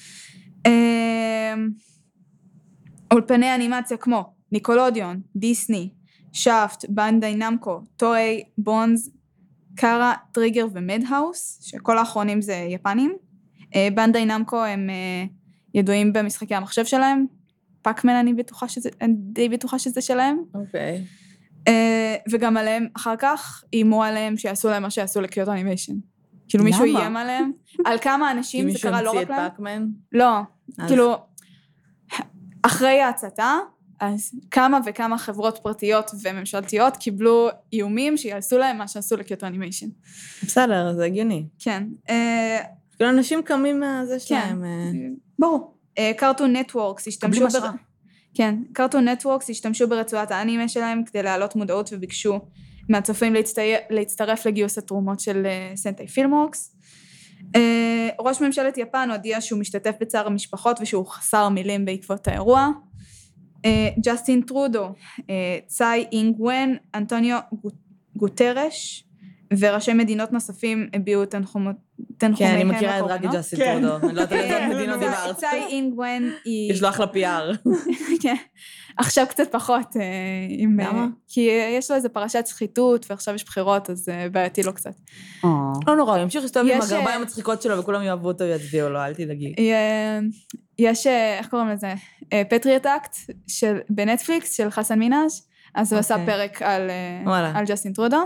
אולפני אנימציה כמו ניקולודיון, דיסני, שאפט, בנדאי נמקו, טואי, בונז, קארה, טריגר ומדהאוס, שכל האחרונים זה יפנים. בנדאי נמקו הם ידועים במשחקי המחשב שלהם, פאקמן אני בטוחה שזה, אני די בטוחה שזה שלהם. אוקיי. וגם עליהם, אחר כך, אימו עליהם שיעשו להם מה שיעשו לקיוטו אנימיישן. כאילו מישהו איים עליהם, על כמה אנשים זה קרה לא רק להם. כי מישהו המציא את פאקמן? לא, כאילו, אחרי ההצתה, אז כמה וכמה חברות פרטיות וממשלתיות קיבלו איומים שיעשו להם מה שעשו לקיוטו אנימיישן. בסדר, זה הגיוני. כן. כאילו אנשים קמים מהזה שלהם. ברור. קארטון נטוורקס השתמשו... כן, קארטון נטוורקס השתמשו ברצועת האנימה שלהם כדי להעלות מודעות וביקשו מהצופים להצטרף לגיוס התרומות של סנטאי פילמוורקס. ראש ממשלת יפן הודיע שהוא משתתף בצער המשפחות ושהוא חסר מילים בעקבות האירוע. ג'סטין טרודו, צאי אינג ון, אנטוניו גוטרש וראשי מדינות נוספים הביעו תנחומיהם. כן, אני מכירה את רק את ג'סטין טרודו, אני לא יודעת את מדינות דיברת. צאי אינג ון היא... יש לו אחלה פי אר. כן, עכשיו קצת פחות. למה? כי יש לו איזו פרשת שחיתות ועכשיו יש בחירות, אז בעייתי לו קצת. לא נורא, ימשיך להסתובב עם הגרביים הצחיקות שלו וכולם יאהבו אותו ויצביעו לו, אל תדאגי. יש, איך קוראים לזה? פטריוט אקט בנטפליקס של חסן מינאז', אז הוא עשה פרק על ג'סטין טרודו.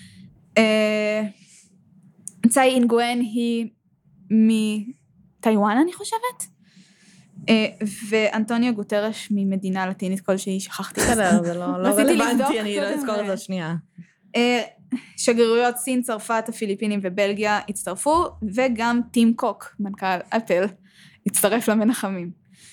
צאי אינג ון היא מטיואן אני חושבת, ואנטוניו גוטרש ממדינה לטינית כלשהי, שכחתי. בסדר, זה לא רלוונטי, אני לא אזכור את זה השנייה. שגרירויות סין, צרפת, הפיליפינים ובלגיה הצטרפו, וגם טים קוק, מנכ"ל אפל, הצטרף למנחמים.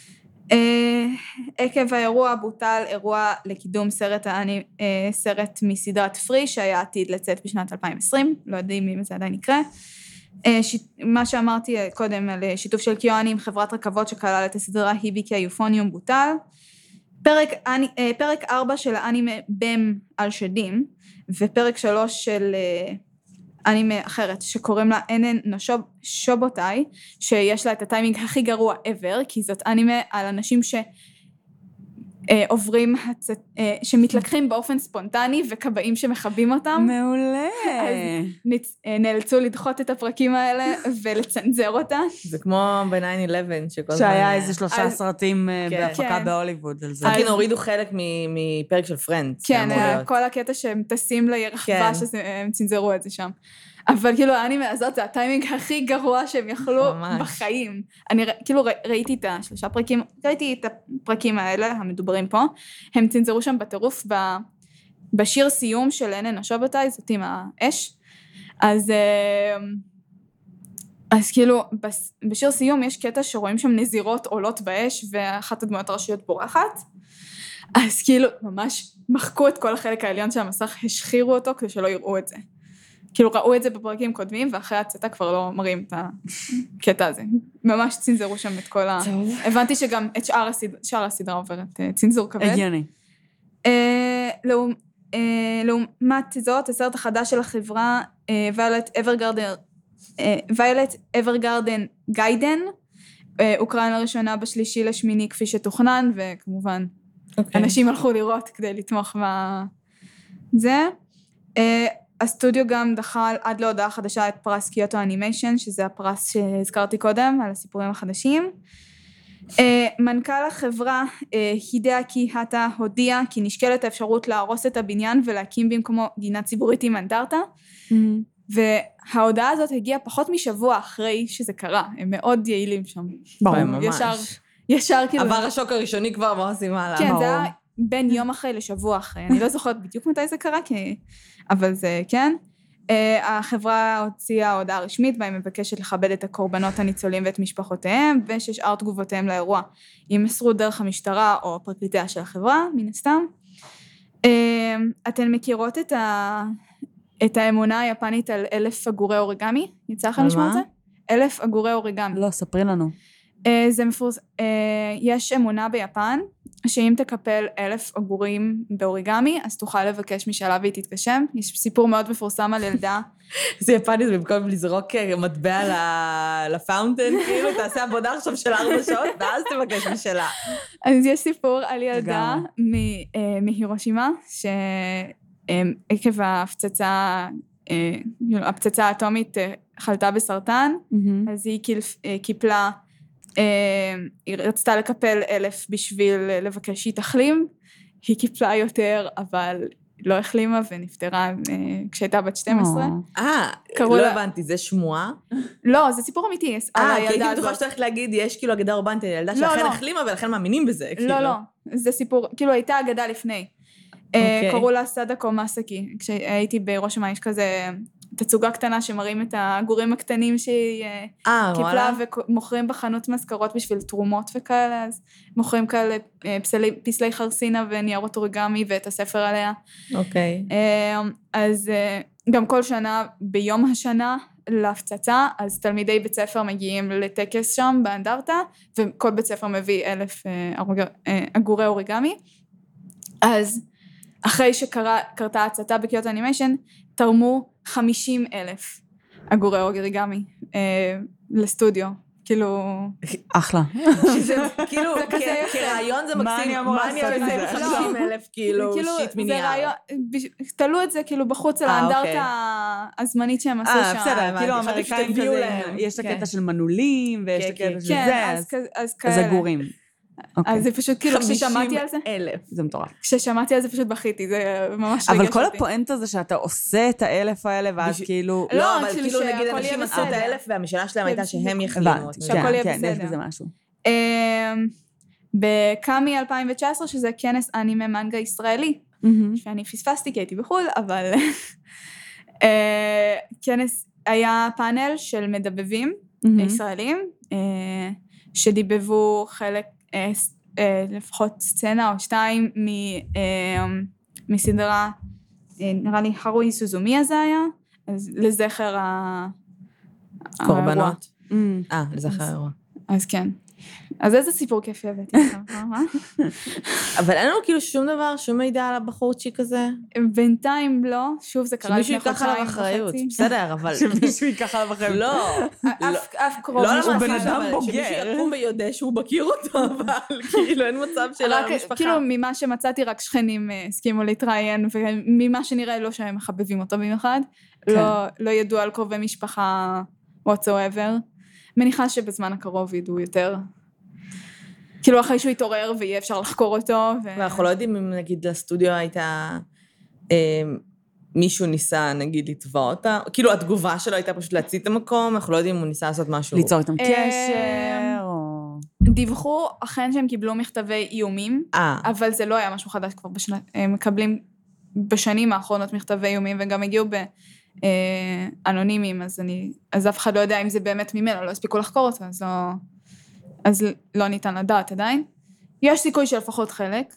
עקב האירוע בוטל אירוע לקידום סרט, סרט מסדרת פרי, שהיה עתיד לצאת בשנת אלפיים ועשרים, לא יודעים אם זה עדיין יקרה. מה שאמרתי קודם על שיתוף של קיואני עם חברת רכבות שכלל את הסדרה היביקי היופוניום בוטל. פרק, פרק ארבע של האנימה בם על שדים, ופרק שלוש של אנימה אחרת, שקוראים לה אנן נושוב שובוטאי, שיש לה את הטיימינג הכי גרוע ever, כי זאת אנימה על אנשים ש... עוברים, שמתלקחים באופן ספונטני, וקבעים שמחבים אותם. מעולה. אז נאלצו לדחות את הפרקים האלה, ולצנזר אותה. זה כמו ב-ניין אלבן, שהיה איזה שלושה סרטים בהפקה בהוליווד על זה. כן, הורידו חלק מפרק של פרנדס. כן, כל הקטע שהם טסים לרחבה, שהם צנזרו את זה שם. אבל כאילו, האנימה הזאת, זה הטיימינג הכי גרוע שהם יכלו בחיים. אני כאילו ראיתי את השלושה פרקים, ראיתי את הפרקים האלה, המדוברים פה, הם צנזרו שם בטירוף בשיר סיום של אנן השובוטאי, זאת עם האש. אז, אז כאילו, בשיר סיום יש קטע שרואים שם נזירות עולות באש, ואחת הדמויות הראשיות בורחת. אז כאילו, ממש מחקו את כל החלק העליון של המסך, השחירו אותו כדי שלא יראו את זה. כאילו ראו את זה בפרקים קודמים, ואחרי הצטה כבר לא מראים את הקטע הזה. ממש צנזרו שם את כל ה... הבנתי שגם את שאר הסדרה, שאר הסדרה עוברת צנזור כבד. הגיוני. לעומת זאת, הסרט החדש של החברה, ויולט אברגרדן, ויולט אברגרדן גיידן, הוקרן לראשונה בשלישי לשמיני כפי שתוכנן, וכמובן, אנשים הלכו לראות כדי לתמוך בזה. הסטודיו גם דחה עד להודעה חדשה את פרס קיוטו אנימיישן, שזה הפרס שהזכרתי קודם, על הסיפורים החדשים. מנכ"ל החברה, הידאקי האטה, הודיע כי נשקלת האפשרות להרוס את הבניין ולהקים במקומו גינה ציבורית עם אנדרטה, וההודעה הזאת הגיעה פחות משבוע אחרי שזה קרה, הם מאוד יעילים שם. ברור, ממש. ישר, ישר כאילו... עבר השוק הראשוני כבר, מה עושים הלאה? כן, זה היה בין יום אחרי לשבוע אחרי, אני לא זוכרת בדיוק מתי זה קרה, כי... אבל זה כן. החברה הוציאה הודעה רשמית, בה היא מבקשת לכבד את הקורבנות הניצולים ואת משפחותיהם, וששאר תגובותיהם לאירוע יימסרו דרך המשטרה או פרקליטיה של החברה, מן הסתם. אתן מכירות את ה... את האמונה היפנית על אלף אגורי אוריגמי? יצא לך לשמוע את זה? אלף אגורי אוריגמי. לא, ספרי לנו. זה מפורס... יש אמונה ביפן, שאם תקפל אלף אגורים באוריגמי, אז תוכל לבקש משאלה והיא תתגשם. יש סיפור מאוד מפורסם על ילדה. זה יפני, זה במקום לזרוק מטבע לפאונטן, כאילו, תעשה עבודה עכשיו של ארבע שעות, ואז תבקש משאלה. אז יש סיפור על ילדה מהירושימה, שעקב ההפצצה, הפצצה האטומית חלתה בסרטן, אז היא קיפלה, היא רצתה לקפל אלף בשביל לבקש שהיא תחלים, היא קיפלה יותר, אבל לא החלימה ונפטרה כשהייתה בת שתים עשרה. אה, לא הבנתי, זה שמועה? לא, זה סיפור אמיתי. אה, כי הייתי בטוחה שצריך להגיד, יש כאילו אגדה אורבנית, ילדה שאכן החלימה ולכן מאמינים בזה. לא, לא, זה סיפור, כאילו הייתה אגדה לפני. קראו לה סדקו מסקי, כשהייתי בראש המים, יש כזה תצוגה קטנה שמראים את הגורים הקטנים שהיא קיפלה ומוכרים בחנות מזכרות בשביל תרומות וכאלה, אז מוכרים כאלה פסלי חרסינה וניירות אוריגמי ואת הספר עליה. אוקיי. אז גם כל שנה ביום השנה להפצצה, אז תלמידי בית ספר מגיעים לטקס שם באנדרטה, וכל בית ספר מביא אלף אגורי אוריגמי. אז אחרי שקרתה הצתה בקיוטו אנימיישן, תרמו חמישים אלף אגורי אוריגמי לסטודיו, כאילו... אחלה. שזה כאילו, כרעיון זה מקסים, מה אני אעשה עם חמישים אלף כאילו שיט מנייר? תלו את זה כאילו בחוץ על האנדרטה הזמנית שהם עשו שם. אה, בסדר, כאילו האמריקאים כזה, יש את הקטע של מנעולים, ויש את הקטע של זה, אז זה גורים. אז זה פשוט כאילו כששמעתי על זה, אלף, זה מטורף. כששמעתי על זה פשוט בכיתי, זה ממש רגש אותי. אבל כל הפואנטה זה שאתה עושה את האלף האלה, ואז כאילו... לא, אבל כאילו נגיד אנשים עשו את האלף, והמשאלה שלהם הייתה שהם יחלימו. שהכל יהיה בסדר. כן, יש בסדר. בזה משהו. בקאמי אלפיים תשע עשרה, שזה כנס אנימה מנגה ישראלי, שאני פספסתי כי הייתי בחול, אבל כנס היה פאנל של מדבבים ישראלים, שדיבבו חלק, לפחות סצנה או שתיים מסדרה, נראה לי הרוי סוזומיה זה היה, אז לזכר הקורבנות. אה, לזכר האירוע. אז כן. אז איזה סיפור כיפי הבאתי לך, מה? אבל אין לנו כאילו שום דבר, שום מידע על הבחורצ'יק הזה? בינתיים לא, שוב זה קרה לפני חודשיים וחצי. בסדר, אבל... שמישהו ייקח עליו אחריות. לא. אף קרוב. הוא בן אדם בוגר. שמישהו יקום ויודע שהוא מכיר אותו, אבל כאילו אין מצב של המשפחה. כאילו ממה שמצאתי רק שכנים הסכימו להתראיין, וממה שנראה לא שהם מחבבים אותו במיוחד, לא ידעו על קרובי משפחה whatsoever. מניחה שבזמן הקרוב ידעו יותר. כאילו אחרי שהוא יתעורר ויהיה אפשר לחקור אותו. ואנחנו לא יודעים אם נגיד לסטודיו הייתה, מישהו ניסה נגיד לתבוע אותה, כאילו התגובה שלו הייתה פשוט להציץ את המקום, אנחנו לא יודעים אם הוא ניסה לעשות משהו. ליצור איתם קשר, או... דיווחו אכן שהם קיבלו מכתבי איומים, אבל זה לא היה משהו חדש כבר בשנה, הם מקבלים בשנים האחרונות מכתבי איומים, וגם הגיעו ב... אנונימיים, אז אני, אז אף אחד לא יודע אם זה באמת ממנו, לא הספיקו לחקור אותו, אז לא, אז לא ניתן לדעת עדיין. יש סיכוי שלפחות חלק,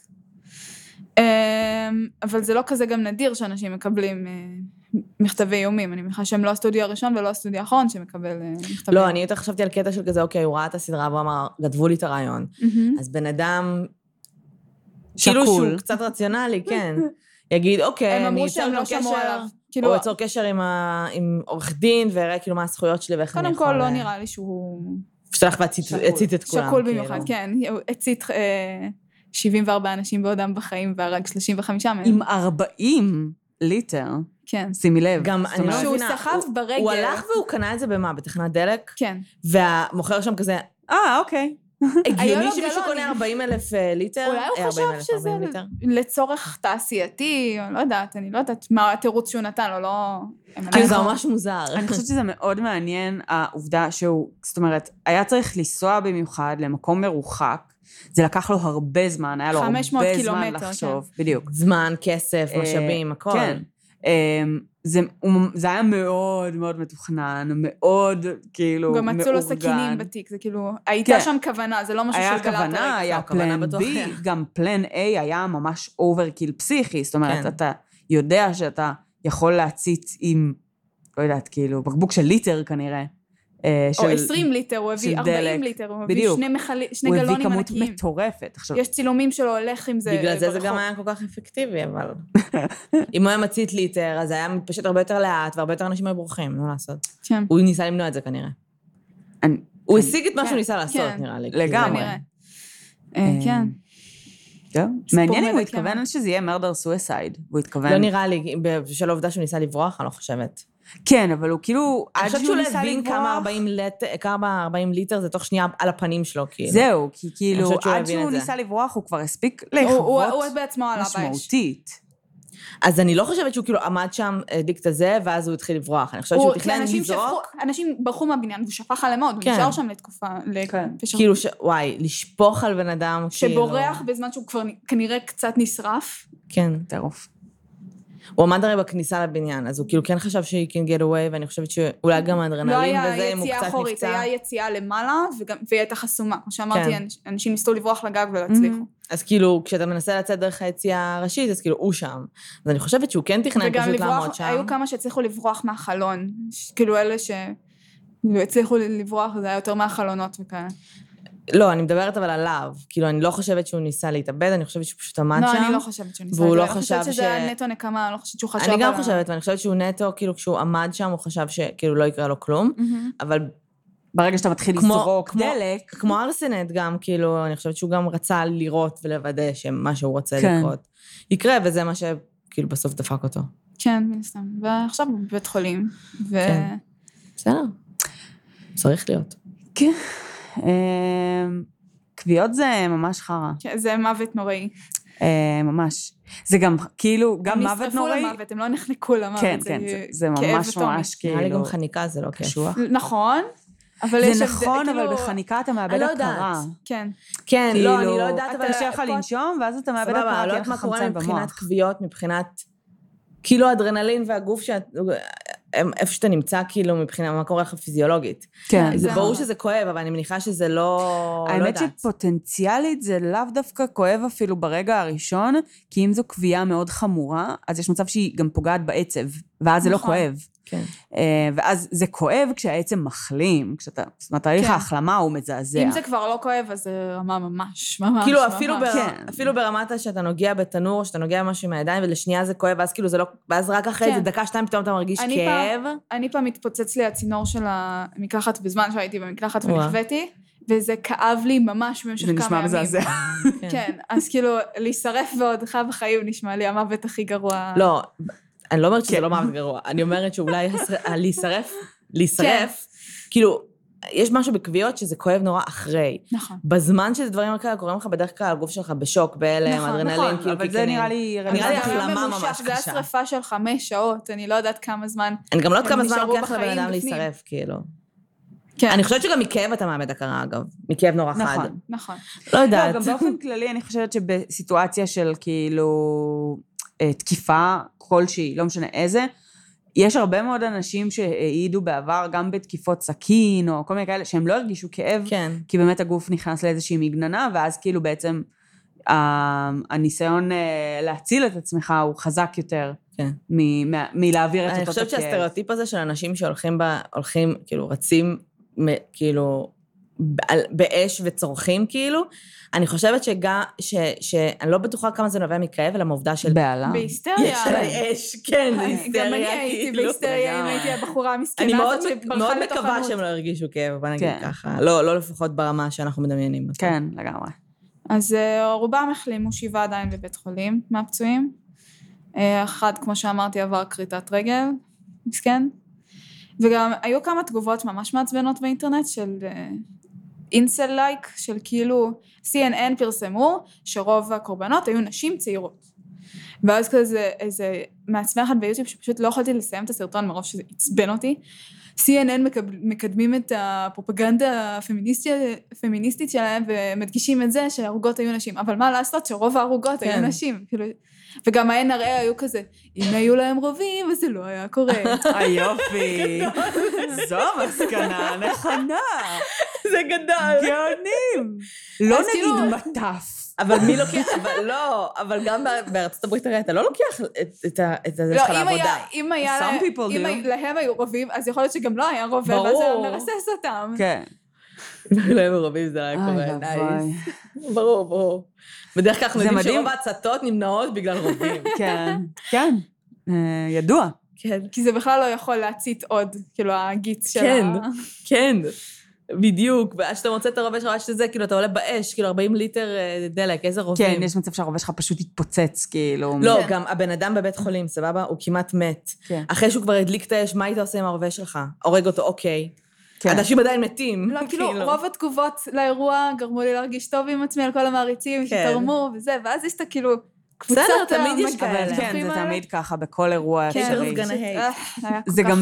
אבל זה לא כזה גם נדיר שאנשים מקבלים מכתבי איומים, אני מניחה שהם לא הסטודיו הראשון ולא הסטודיו האחרון שמקבל מכתבי. לא, אני יותר חשבתי על קטע של כזה, אוקיי, הוא ראה את הסדרה והוא אמר, גדבו לי את הרעיון. אז בן אדם, כאילו שהוא קצת רציונלי, כן. יגיד, אוקיי, אני אצור לו קשר, או אצור קשר עם עורך דין, ויראה כאילו מה הזכויות שלי ואיך אני יכול... קודם כל לא נראה לי שהוא... פשטח והצית את כולם. שקול במיוחד, כן. הוא הצית שבעים וארבעה אנשים בעודם בחיים, והרג שלושים וחמישה מהם. עם ארבעים ליטר. כן. שימי לב. גם אני לא שהוא סחב ברגל. הוא הלך והוא קנה את זה במה? בתחנת דלק? כן. והמוכר שם כזה... אה, אוקיי. הגיוני שמישהו קונה ארבעים אלף ליטר? אולי הוא חשב שזה לצורך תעשייתי, או לא יודעת, אני לא יודעת מה התירוץ שהוא נתן, או לא... זה ממש מוזר. אני חושבת שזה מאוד מעניין, העובדה שהוא, זאת אומרת, היה צריך לנסוע במיוחד למקום מרוחק, זה לקח לו הרבה זמן, היה לו הרבה זמן לחשוב, בדיוק. זמן, כסף, משאבים, הכל. כן. זה, זה היה מאוד מאוד מתוכנן, מאוד כאילו מאורגן. גם מצאו לו סכינים בתיק, זה כאילו, הייתה שם כוונה, זה לא משהו של גלת היה כוונה, היה פלן B, גם פלן A היה ממש אוברקיל פסיכי, זאת אומרת, אתה יודע שאתה יכול להציץ עם, לא יודעת, כאילו, בקבוק של ליטר כנראה, או עשרים ליטר, הוא הביא ארבעים ליטר, הוא הביא שני גלונים ענקיים. הוא הביא כמות מטורפת. יש צילומים שלו הולך עם זה ברחוב. בגלל זה זה גם היה כל כך אפקטיבי, אבל... אם הוא היה מצית ליטר, אז היה פשוט הרבה יותר לאט, והרבה יותר אנשים היו בורחים, לא לעשות. הוא ניסה למנוע את זה כנראה. הוא השיג את מה שהוא ניסה לעשות, נראה לי. לגמרי. כן. מעניין אם הוא התכוון שזה יהיה מרדר סויסייד. לא נראה לי, בשל העובדה שהוא ניסה לברוח, אני לא חושבת. כן, אבל הוא כאילו... אני חושבת שהוא להבין כמה ארבעים ליטר זה תוך שנייה על הפנים שלו, כאילו. זהו, כי כאילו, עד שהוא ניסה לברוח, הוא כבר הספיק לחוות משמעותית. אז אני לא חושבת שהוא כאילו עמד שם, דיקט הזה, ואז הוא התחיל לברוח. אני חושבת שהוא תכנן לזרוק. אנשים ברחו מהבניין, והוא שפך עליהם עוד, הוא נשאר שם לתקופה. כאילו, וואי, לשפוך על בן אדם, שבורח בזמן שהוא כבר כנראה קצת נשרף. כן, טירוף. הוא עמד הרי בכניסה לבניין, אז הוא כאילו כן חשב שהיא can get away, ואני חושבת שאולי גם האדרנלין וזה, אם הוא קצת אחורית, נפצע. היה יציאה למעלה, והיא הייתה חסומה. כמו שאמרתי, אנשים ניסו לברוח לגג ולהצליחו. אז כאילו, כשאתה מנסה לצאת דרך היציאה הראשית, אז כאילו הוא שם. אז אני חושבת שהוא כן תכנן פשוט לעמוד שם. היו כמה שהצליחו לברוח מהחלון, כאילו אלה שהצליחו לברוח, זה היה יותר מהחלונות וכאלה. לא, אני מדברת אבל עליו. כאילו, אני לא חושבת שהוא ניסה להתאבד, אני חושבת שהוא פשוט עמד שם. לא, אני לא חושבת שהוא ניסה להתאבד. אני חושבת שזה היה נטו נקמה, אני לא חושבת שהוא חשב על... אני גם חושבת, ואני חושבת שהוא נטו, כאילו, כשהוא עמד שם, הוא חשב שכאילו לא יקרה לו כלום, אבל... ברגע שאתה מתחיל לזרוק דלק... כמו ארסנט גם, כאילו, אני חושבת שהוא גם רצה לראות ולוודא שמה שהוא רוצה לקרות יקרה, וזה מה שכאילו בסוף דפק אותו. כן, סתם. ועכשיו הוא בבית חולים, ו... בסדר. צריך להיות. כן. קביעות זה ממש חרה. זה מוות נוראי. ממש. זה גם, כאילו, גם מוות נוראי. הם נשרפו למוות, הם לא נחנקו למוות. כן, כן, זה ממש ממש כאילו... נראה לי גם חניקה זה לא קשוח. נכון. זה נכון, אבל בחניקה אתה מאבד הכרה. כן. כן, לא, אני לא יודעת, אבל... אתה קשה לך לנשום, ואז אתה מאבד הכרה, כי אין לך חמצן במוח. מבחינת קביעות, מבחינת... כאילו האדרנלין והגוף שאת... איפה שאתה נמצא, כאילו, מבחינה, מה קורה לך פיזיולוגית. כן. זה ברור שזה כואב, אבל אני מניחה שזה לא... האמת שפוטנציאלית זה לאו דווקא כואב אפילו ברגע הראשון, כי אם זו קביעה מאוד חמורה, אז יש מצב שהיא גם פוגעת בעצב, ואז זה לא כואב. כן. ואז זה כואב כשהעצם מחלים, כשאתה, זאת אומרת, תהליך ההחלמה הוא מזעזע. אם זה כבר לא כואב, אז זה רמה ממש, ממש. כאילו, אפילו ברמת שאתה נוגע בתנור, שאתה נוגע משהו מהידיים, ולשנייה זה כואב, ואז כאילו זה לא, ואז רק אחרי זה דקה, שתיים, פתאום אתה מרגיש כאב. אני פעם מתפוצץ לי הצינור של המקלחת, בזמן שהייתי במקלחת ונכוויתי, וזה כאב לי ממש במשך כמה ימים. זה נשמע מזעזע. כן, אז כאילו, להישרף ועודך בחיים נשמע לי המוות הכי גרוע. לא, אני לא אומרת שזה לא מוות גרוע, אני אומרת שאולי להישרף, להישרף, כאילו, יש משהו בקביעות שזה כואב נורא אחרי. נכון. בזמן שזה דברים כאלה, קוראים לך בדרך כלל, הגוף שלך בשוק, בהלם, אדרנלין, כאילו, אבל זה נראה לי... נראה לי החלמה ממש קשה. זה היה שריפה של חמש שעות, אני לא יודעת כמה זמן... אני גם לא יודעת כמה זמן לוקח לבן אדם להישרף, כאילו. כן. אני חושבת שגם מכאב אתה מאבד הכרה, אגב. מכאב נורא חד. נכון, נכון. לא יודעת. גם באופן כללי, אני חושבת שבסיטואציה של כאילו תקיפה כלשהי, לא משנה איזה, יש הרבה מאוד אנשים שהעידו בעבר, גם בתקיפות סכין, או כל מיני כאלה, שהם לא הרגישו כאב, כן. כי באמת הגוף נכנס לאיזושהי מגננה, ואז כאילו בעצם הניסיון להציל את עצמך הוא חזק יותר, כן. מלהעביר את אותו הכאב. אני חושבת שהסטריאוטיפ הזה של אנשים שהולכים, הולכים, כאילו, רצים, כאילו, באש וצורכים, כאילו, אני חושבת שגם, שאני לא בטוחה כמה זה נובע מכאב, אלא מעובדה של... בעלה. בהיסטריה. יש עלי אש, כן, בהיסטריה. גם אני הייתי בהיסטריה, אם הייתי הבחורה המסכנה. אני מאוד מקווה שהם לא הרגישו כאב, בוא נגיד ככה. לא לפחות ברמה שאנחנו מדמיינים. כן, לגמרי. אז רובם החלימו, שבעה עדיין בבית חולים מהפצועים. אחד, כמו שאמרתי, עבר כריתת רגל, מסכן. וגם היו כמה תגובות ממש מעצבנות באינטרנט של... אינסל-לייק של כאילו, סי אן אן פרסמו שרוב הקורבנות היו נשים צעירות. ואז כזה איזה מעצמי אחד ביוטיוב שפשוט לא יכולתי לסיים את הסרטון מרוב שזה עצבן אותי. סי אן אן מקדמים את הפרופגנדה הפמיניסטית שלהם ומדגישים את זה שההרוגות היו נשים. אבל מה לעשות שרוב ההרוגות היו נשים? וגם ה-אן אר איי היו כזה, אם היו להם רובים, אז זה לא היה קורה. היופי. זו המסקנה נכונה. זה גדול. גאונים. לא נגיד מטף. אבל מי לוקח, אבל לא, אבל גם בארצות הברית הרי אתה לא לוקח את זה שלך לעבודה. אם להם היו רובים, אז יכול להיות שגם לא היה רובה, ואז זה מרסס אותם. כן. אם היו להם רובים, זה לא היה קורה, נייס. ברור, ברור. בדרך כלל אנחנו יודעים שרוב ההצתות נמנעות בגלל רובים. כן, כן, ידוע. כן, כי זה בכלל לא יכול להצית עוד, כאילו, הגיץ של ה... כן, כן. בדיוק, ועד שאתה מוצא את הרובה שלך, עד שזה, כאילו, אתה עולה באש, כאילו, ארבעים ליטר דלק, איזה רובים. כן, יש מצב שהרובה שלך פשוט יתפוצץ, כאילו. לא, גם הבן אדם בבית חולים, סבבה? הוא כמעט מת. אחרי שהוא כבר הדליק את האש, מה היית עושה עם הרובה שלך? הורג אותו, אוקיי. אנשים עדיין מתים. לא, כאילו, רוב התגובות לאירוע גרמו לי להרגיש טוב עם עצמי על כל המעריצים שתרמו וזה, ואז יש את כאילו... בסדר, תמיד יש כאלה. כן, זה תמיד ככה, בכל אירוע אפשרי. כן, זה גם...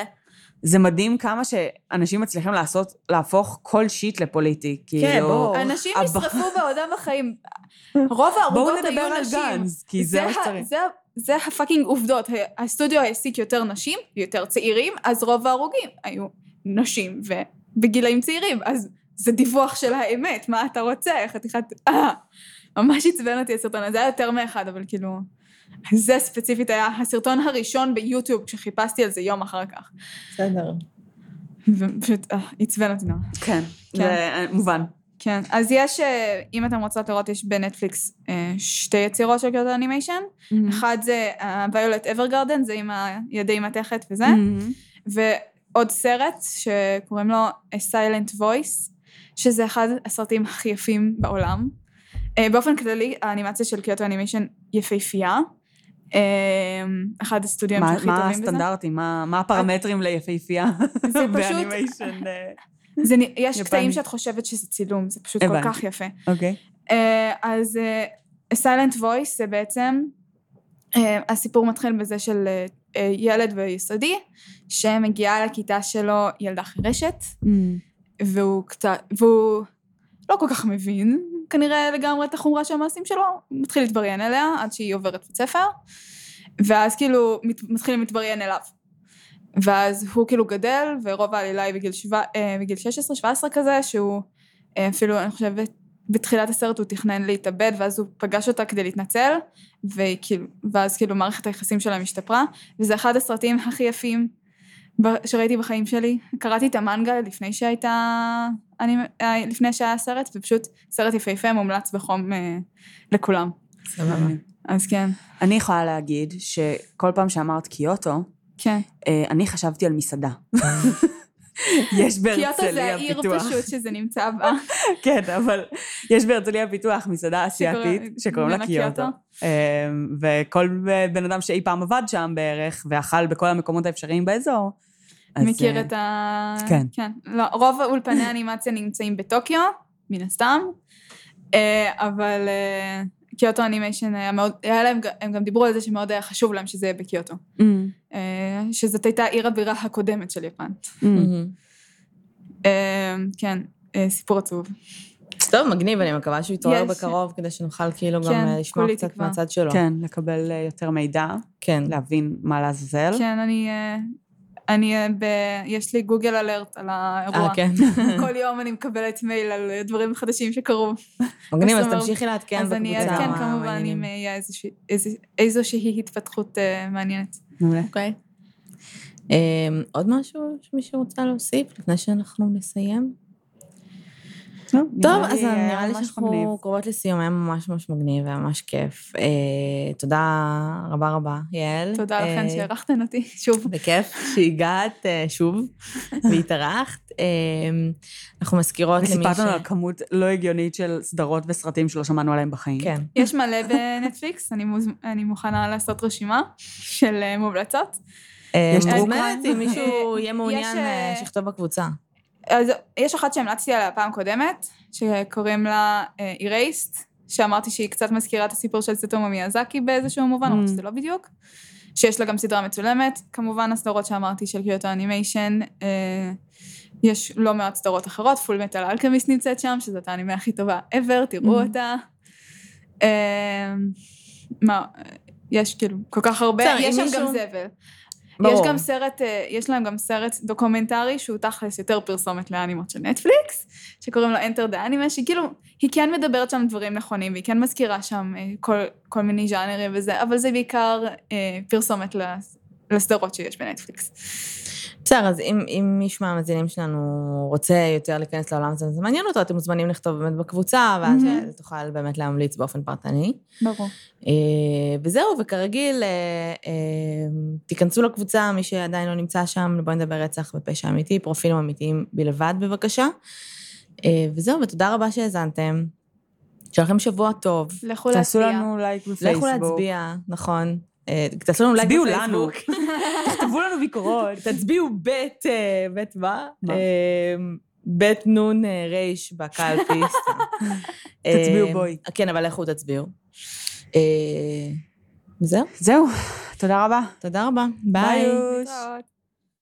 זה מדהים כמה שאנשים מצליחים לעשות, להפוך כל שיט לפוליטי, כן, בואו. אנשים נשרפו בעודם החיים. רוב ההרוגות היו נשים. בואו נדבר על גאנז, כי זה מה שצריך. זה הפאקינג עובדות. הסטודיו העסיק יותר נשים, יותר צעירים, אז רוב ההרוגים היו נשים ובגילאים צעירים, אז זה דיווח של האמת, מה אתה רוצה? חתיכת... ממש עצבן אותי הסרטון, אז זה היה יותר מאחד, אבל כאילו... זה ספציפית היה הסרטון הראשון ביוטיוב, כשחיפשתי על זה יום אחר כך. בסדר. ופשוט, עצבן אותי נורא. כן, זה מובן. כן, אז יש, אם אתם רוצות לראות, יש בנטפליקס שתי יצירות של קיוטו אנימיישן. אחד זה ויולט אברגרדן, זה עם הידי מתכת וזה. ועוד סרט שקוראים לו A Silent Voice, שזה אחד הסרטים הכי יפים בעולם. באופן כללי, האנימציה של קיוטו אנימיישן יפהפייה. אחד הסטודיו שהכי טובים בזה. מה הסטנדרטים? מה הפרמטרים ליפהפייה? זה פשוט... יש קטעים שאת חושבת שזה צילום, זה פשוט כל כך יפה. אוקיי. אז A Silent Voice זה בעצם, הסיפור מתחיל בזה של ילד ביסודי, שמגיעה לכיתה שלו ילדה חירשת, והוא לא כל כך מבין, כנראה לגמרי את החומרה של המעשים שלו, הוא מתחיל להתבריין אליה, עד שהיא עוברת בית ספר, ואז כאילו מתחילים להתבריין אליו. ואז הוא כאילו גדל, ורוב העלילה היא בגיל, שבע, בגיל שש עשרה שבע עשרה כזה, שהוא אפילו, אני חושבת, בתחילת הסרט הוא תכנן להתאבד, ואז הוא פגש אותה כדי להתנצל, וכאילו, ואז כאילו מערכת היחסים שלה משתפרה, וזה אחד הסרטים הכי יפים שראיתי בחיים שלי. קראתי את המנגה לפני שהייתה, אני, לפני שהיה סרט, ופשוט סרט יפהפה מומלץ בחום אה, לכולם. סבבה. אז כן. אני יכולה להגיד שכל פעם שאמרת קיוטו, כן. אה, אני חשבתי על מסעדה. יש בהרצליה פיתוח. קיוטו זה העיר פשוט שזה נמצא בה. כן, אבל יש בהרצליה פיתוח מסעדה אסיאתית שקוראים לה קיוטו. וכל בן אדם שאי פעם עבד שם בערך, ואכל בכל המקומות האפשריים באזור. מכיר את ה... כן. כן. לא, רוב האולפני האנימציה נמצאים בטוקיו, מן הסתם, אבל קיוטו אנימיישן היה מאוד, הם גם דיברו על זה שמאוד היה חשוב להם שזה יהיה בקיוטו. שזאת הייתה עיר הבירה הקודמת של יפן. כן, סיפור עצוב. טוב, מגניב, אני מקווה שהוא יתעורר בקרוב, כדי שנוכל כאילו גם לשמוע קצת מהצד שלו. כן, לקבל יותר מידע, להבין מה לעזאזל. כן, אני... אני, ב... יש לי גוגל אלרט על האירוע. אה, כן. כל יום אני מקבלת מייל על דברים חדשים שקרו. מגניב, אז תמשיכי לעדכן בקבוצה. אז אני אעדכן כמובן אם יהיה איזושהי התפתחות מעניינת. מעולה. אוקיי. עוד משהו שמישהו רוצה להוסיף לפני שאנחנו נסיים? טוב, אז נראה לי שאנחנו קרובות לסיום, היה ממש ממש מגניב, היה ממש כיף. תודה רבה רבה, יעל. תודה לכן שערכתן אותי, שוב. בכיף שהגעת שוב, והתארחת. אנחנו מזכירות למי ש... וסיפרת לנו על כמות לא הגיונית של סדרות וסרטים שלא שמענו עליהם בחיים. כן. יש מלא בנטפליקס, אני מוכנה לעשות רשימה של מומלצות. יש מומלצת, אם מישהו יהיה מעוניין שיכתוב בקבוצה. אז יש אחת שהמלצתי עליה פעם קודמת, שקוראים לה Erased, שאמרתי שהיא קצת מזכירה את הסיפור של סטומו מיאזקי באיזשהו מובן, אבל שזה לא בדיוק. שיש לה גם סדרה מצולמת, כמובן הסדרות שאמרתי של קיוטו אנימיישן, יש לא מעט סדרות אחרות, פול מטל אלכמיסט נמצאת שם, שזאת האנימה הכי טובה ever, תראו אותה. מה, יש כאילו כל כך הרבה, יש שם גם זבל. יש גם סרט, יש להם גם סרט דוקומנטרי, שהוא תכלס יותר פרסומת לאנימות של נטפליקס, שקוראים לו Enter the Anime, שכאילו, היא כן מדברת שם דברים נכונים, והיא כן מזכירה שם כל, כל מיני ז'אנרים וזה, אבל זה בעיקר אה, פרסומת לסדרות שיש בנטפליקס. בסדר, אז אם, אם מישהו מהמאזינים שלנו רוצה יותר להיכנס לעולם הזה, זה מעניין אותו, אתם מוזמנים לכתוב באמת בקבוצה, ואז mm-hmm. תוכל באמת להמליץ באופן פרטני. ברור. וזהו, וכרגיל, תיכנסו לקבוצה, מי שעדיין לא נמצא שם, בואי נדבר רצח ופשע אמיתי, פרופילים אמיתיים בלבד בבקשה. וזהו, ותודה רבה שהזנתם. שלכם שבוע טוב. לכו להצביע. תעשו לנו לייק בפייסבוק. לכו להצביע, נכון. תעשו לנו לייק בפייסבוק. תכתבו לנו ביקורות. תצביעו בית, בית מה? בית נון רייש בקלפי. תצביעו בוי. כן, אבל לכו תצביעו. זהו? זהו. תודה רבה. תודה רבה. ביי. ביי.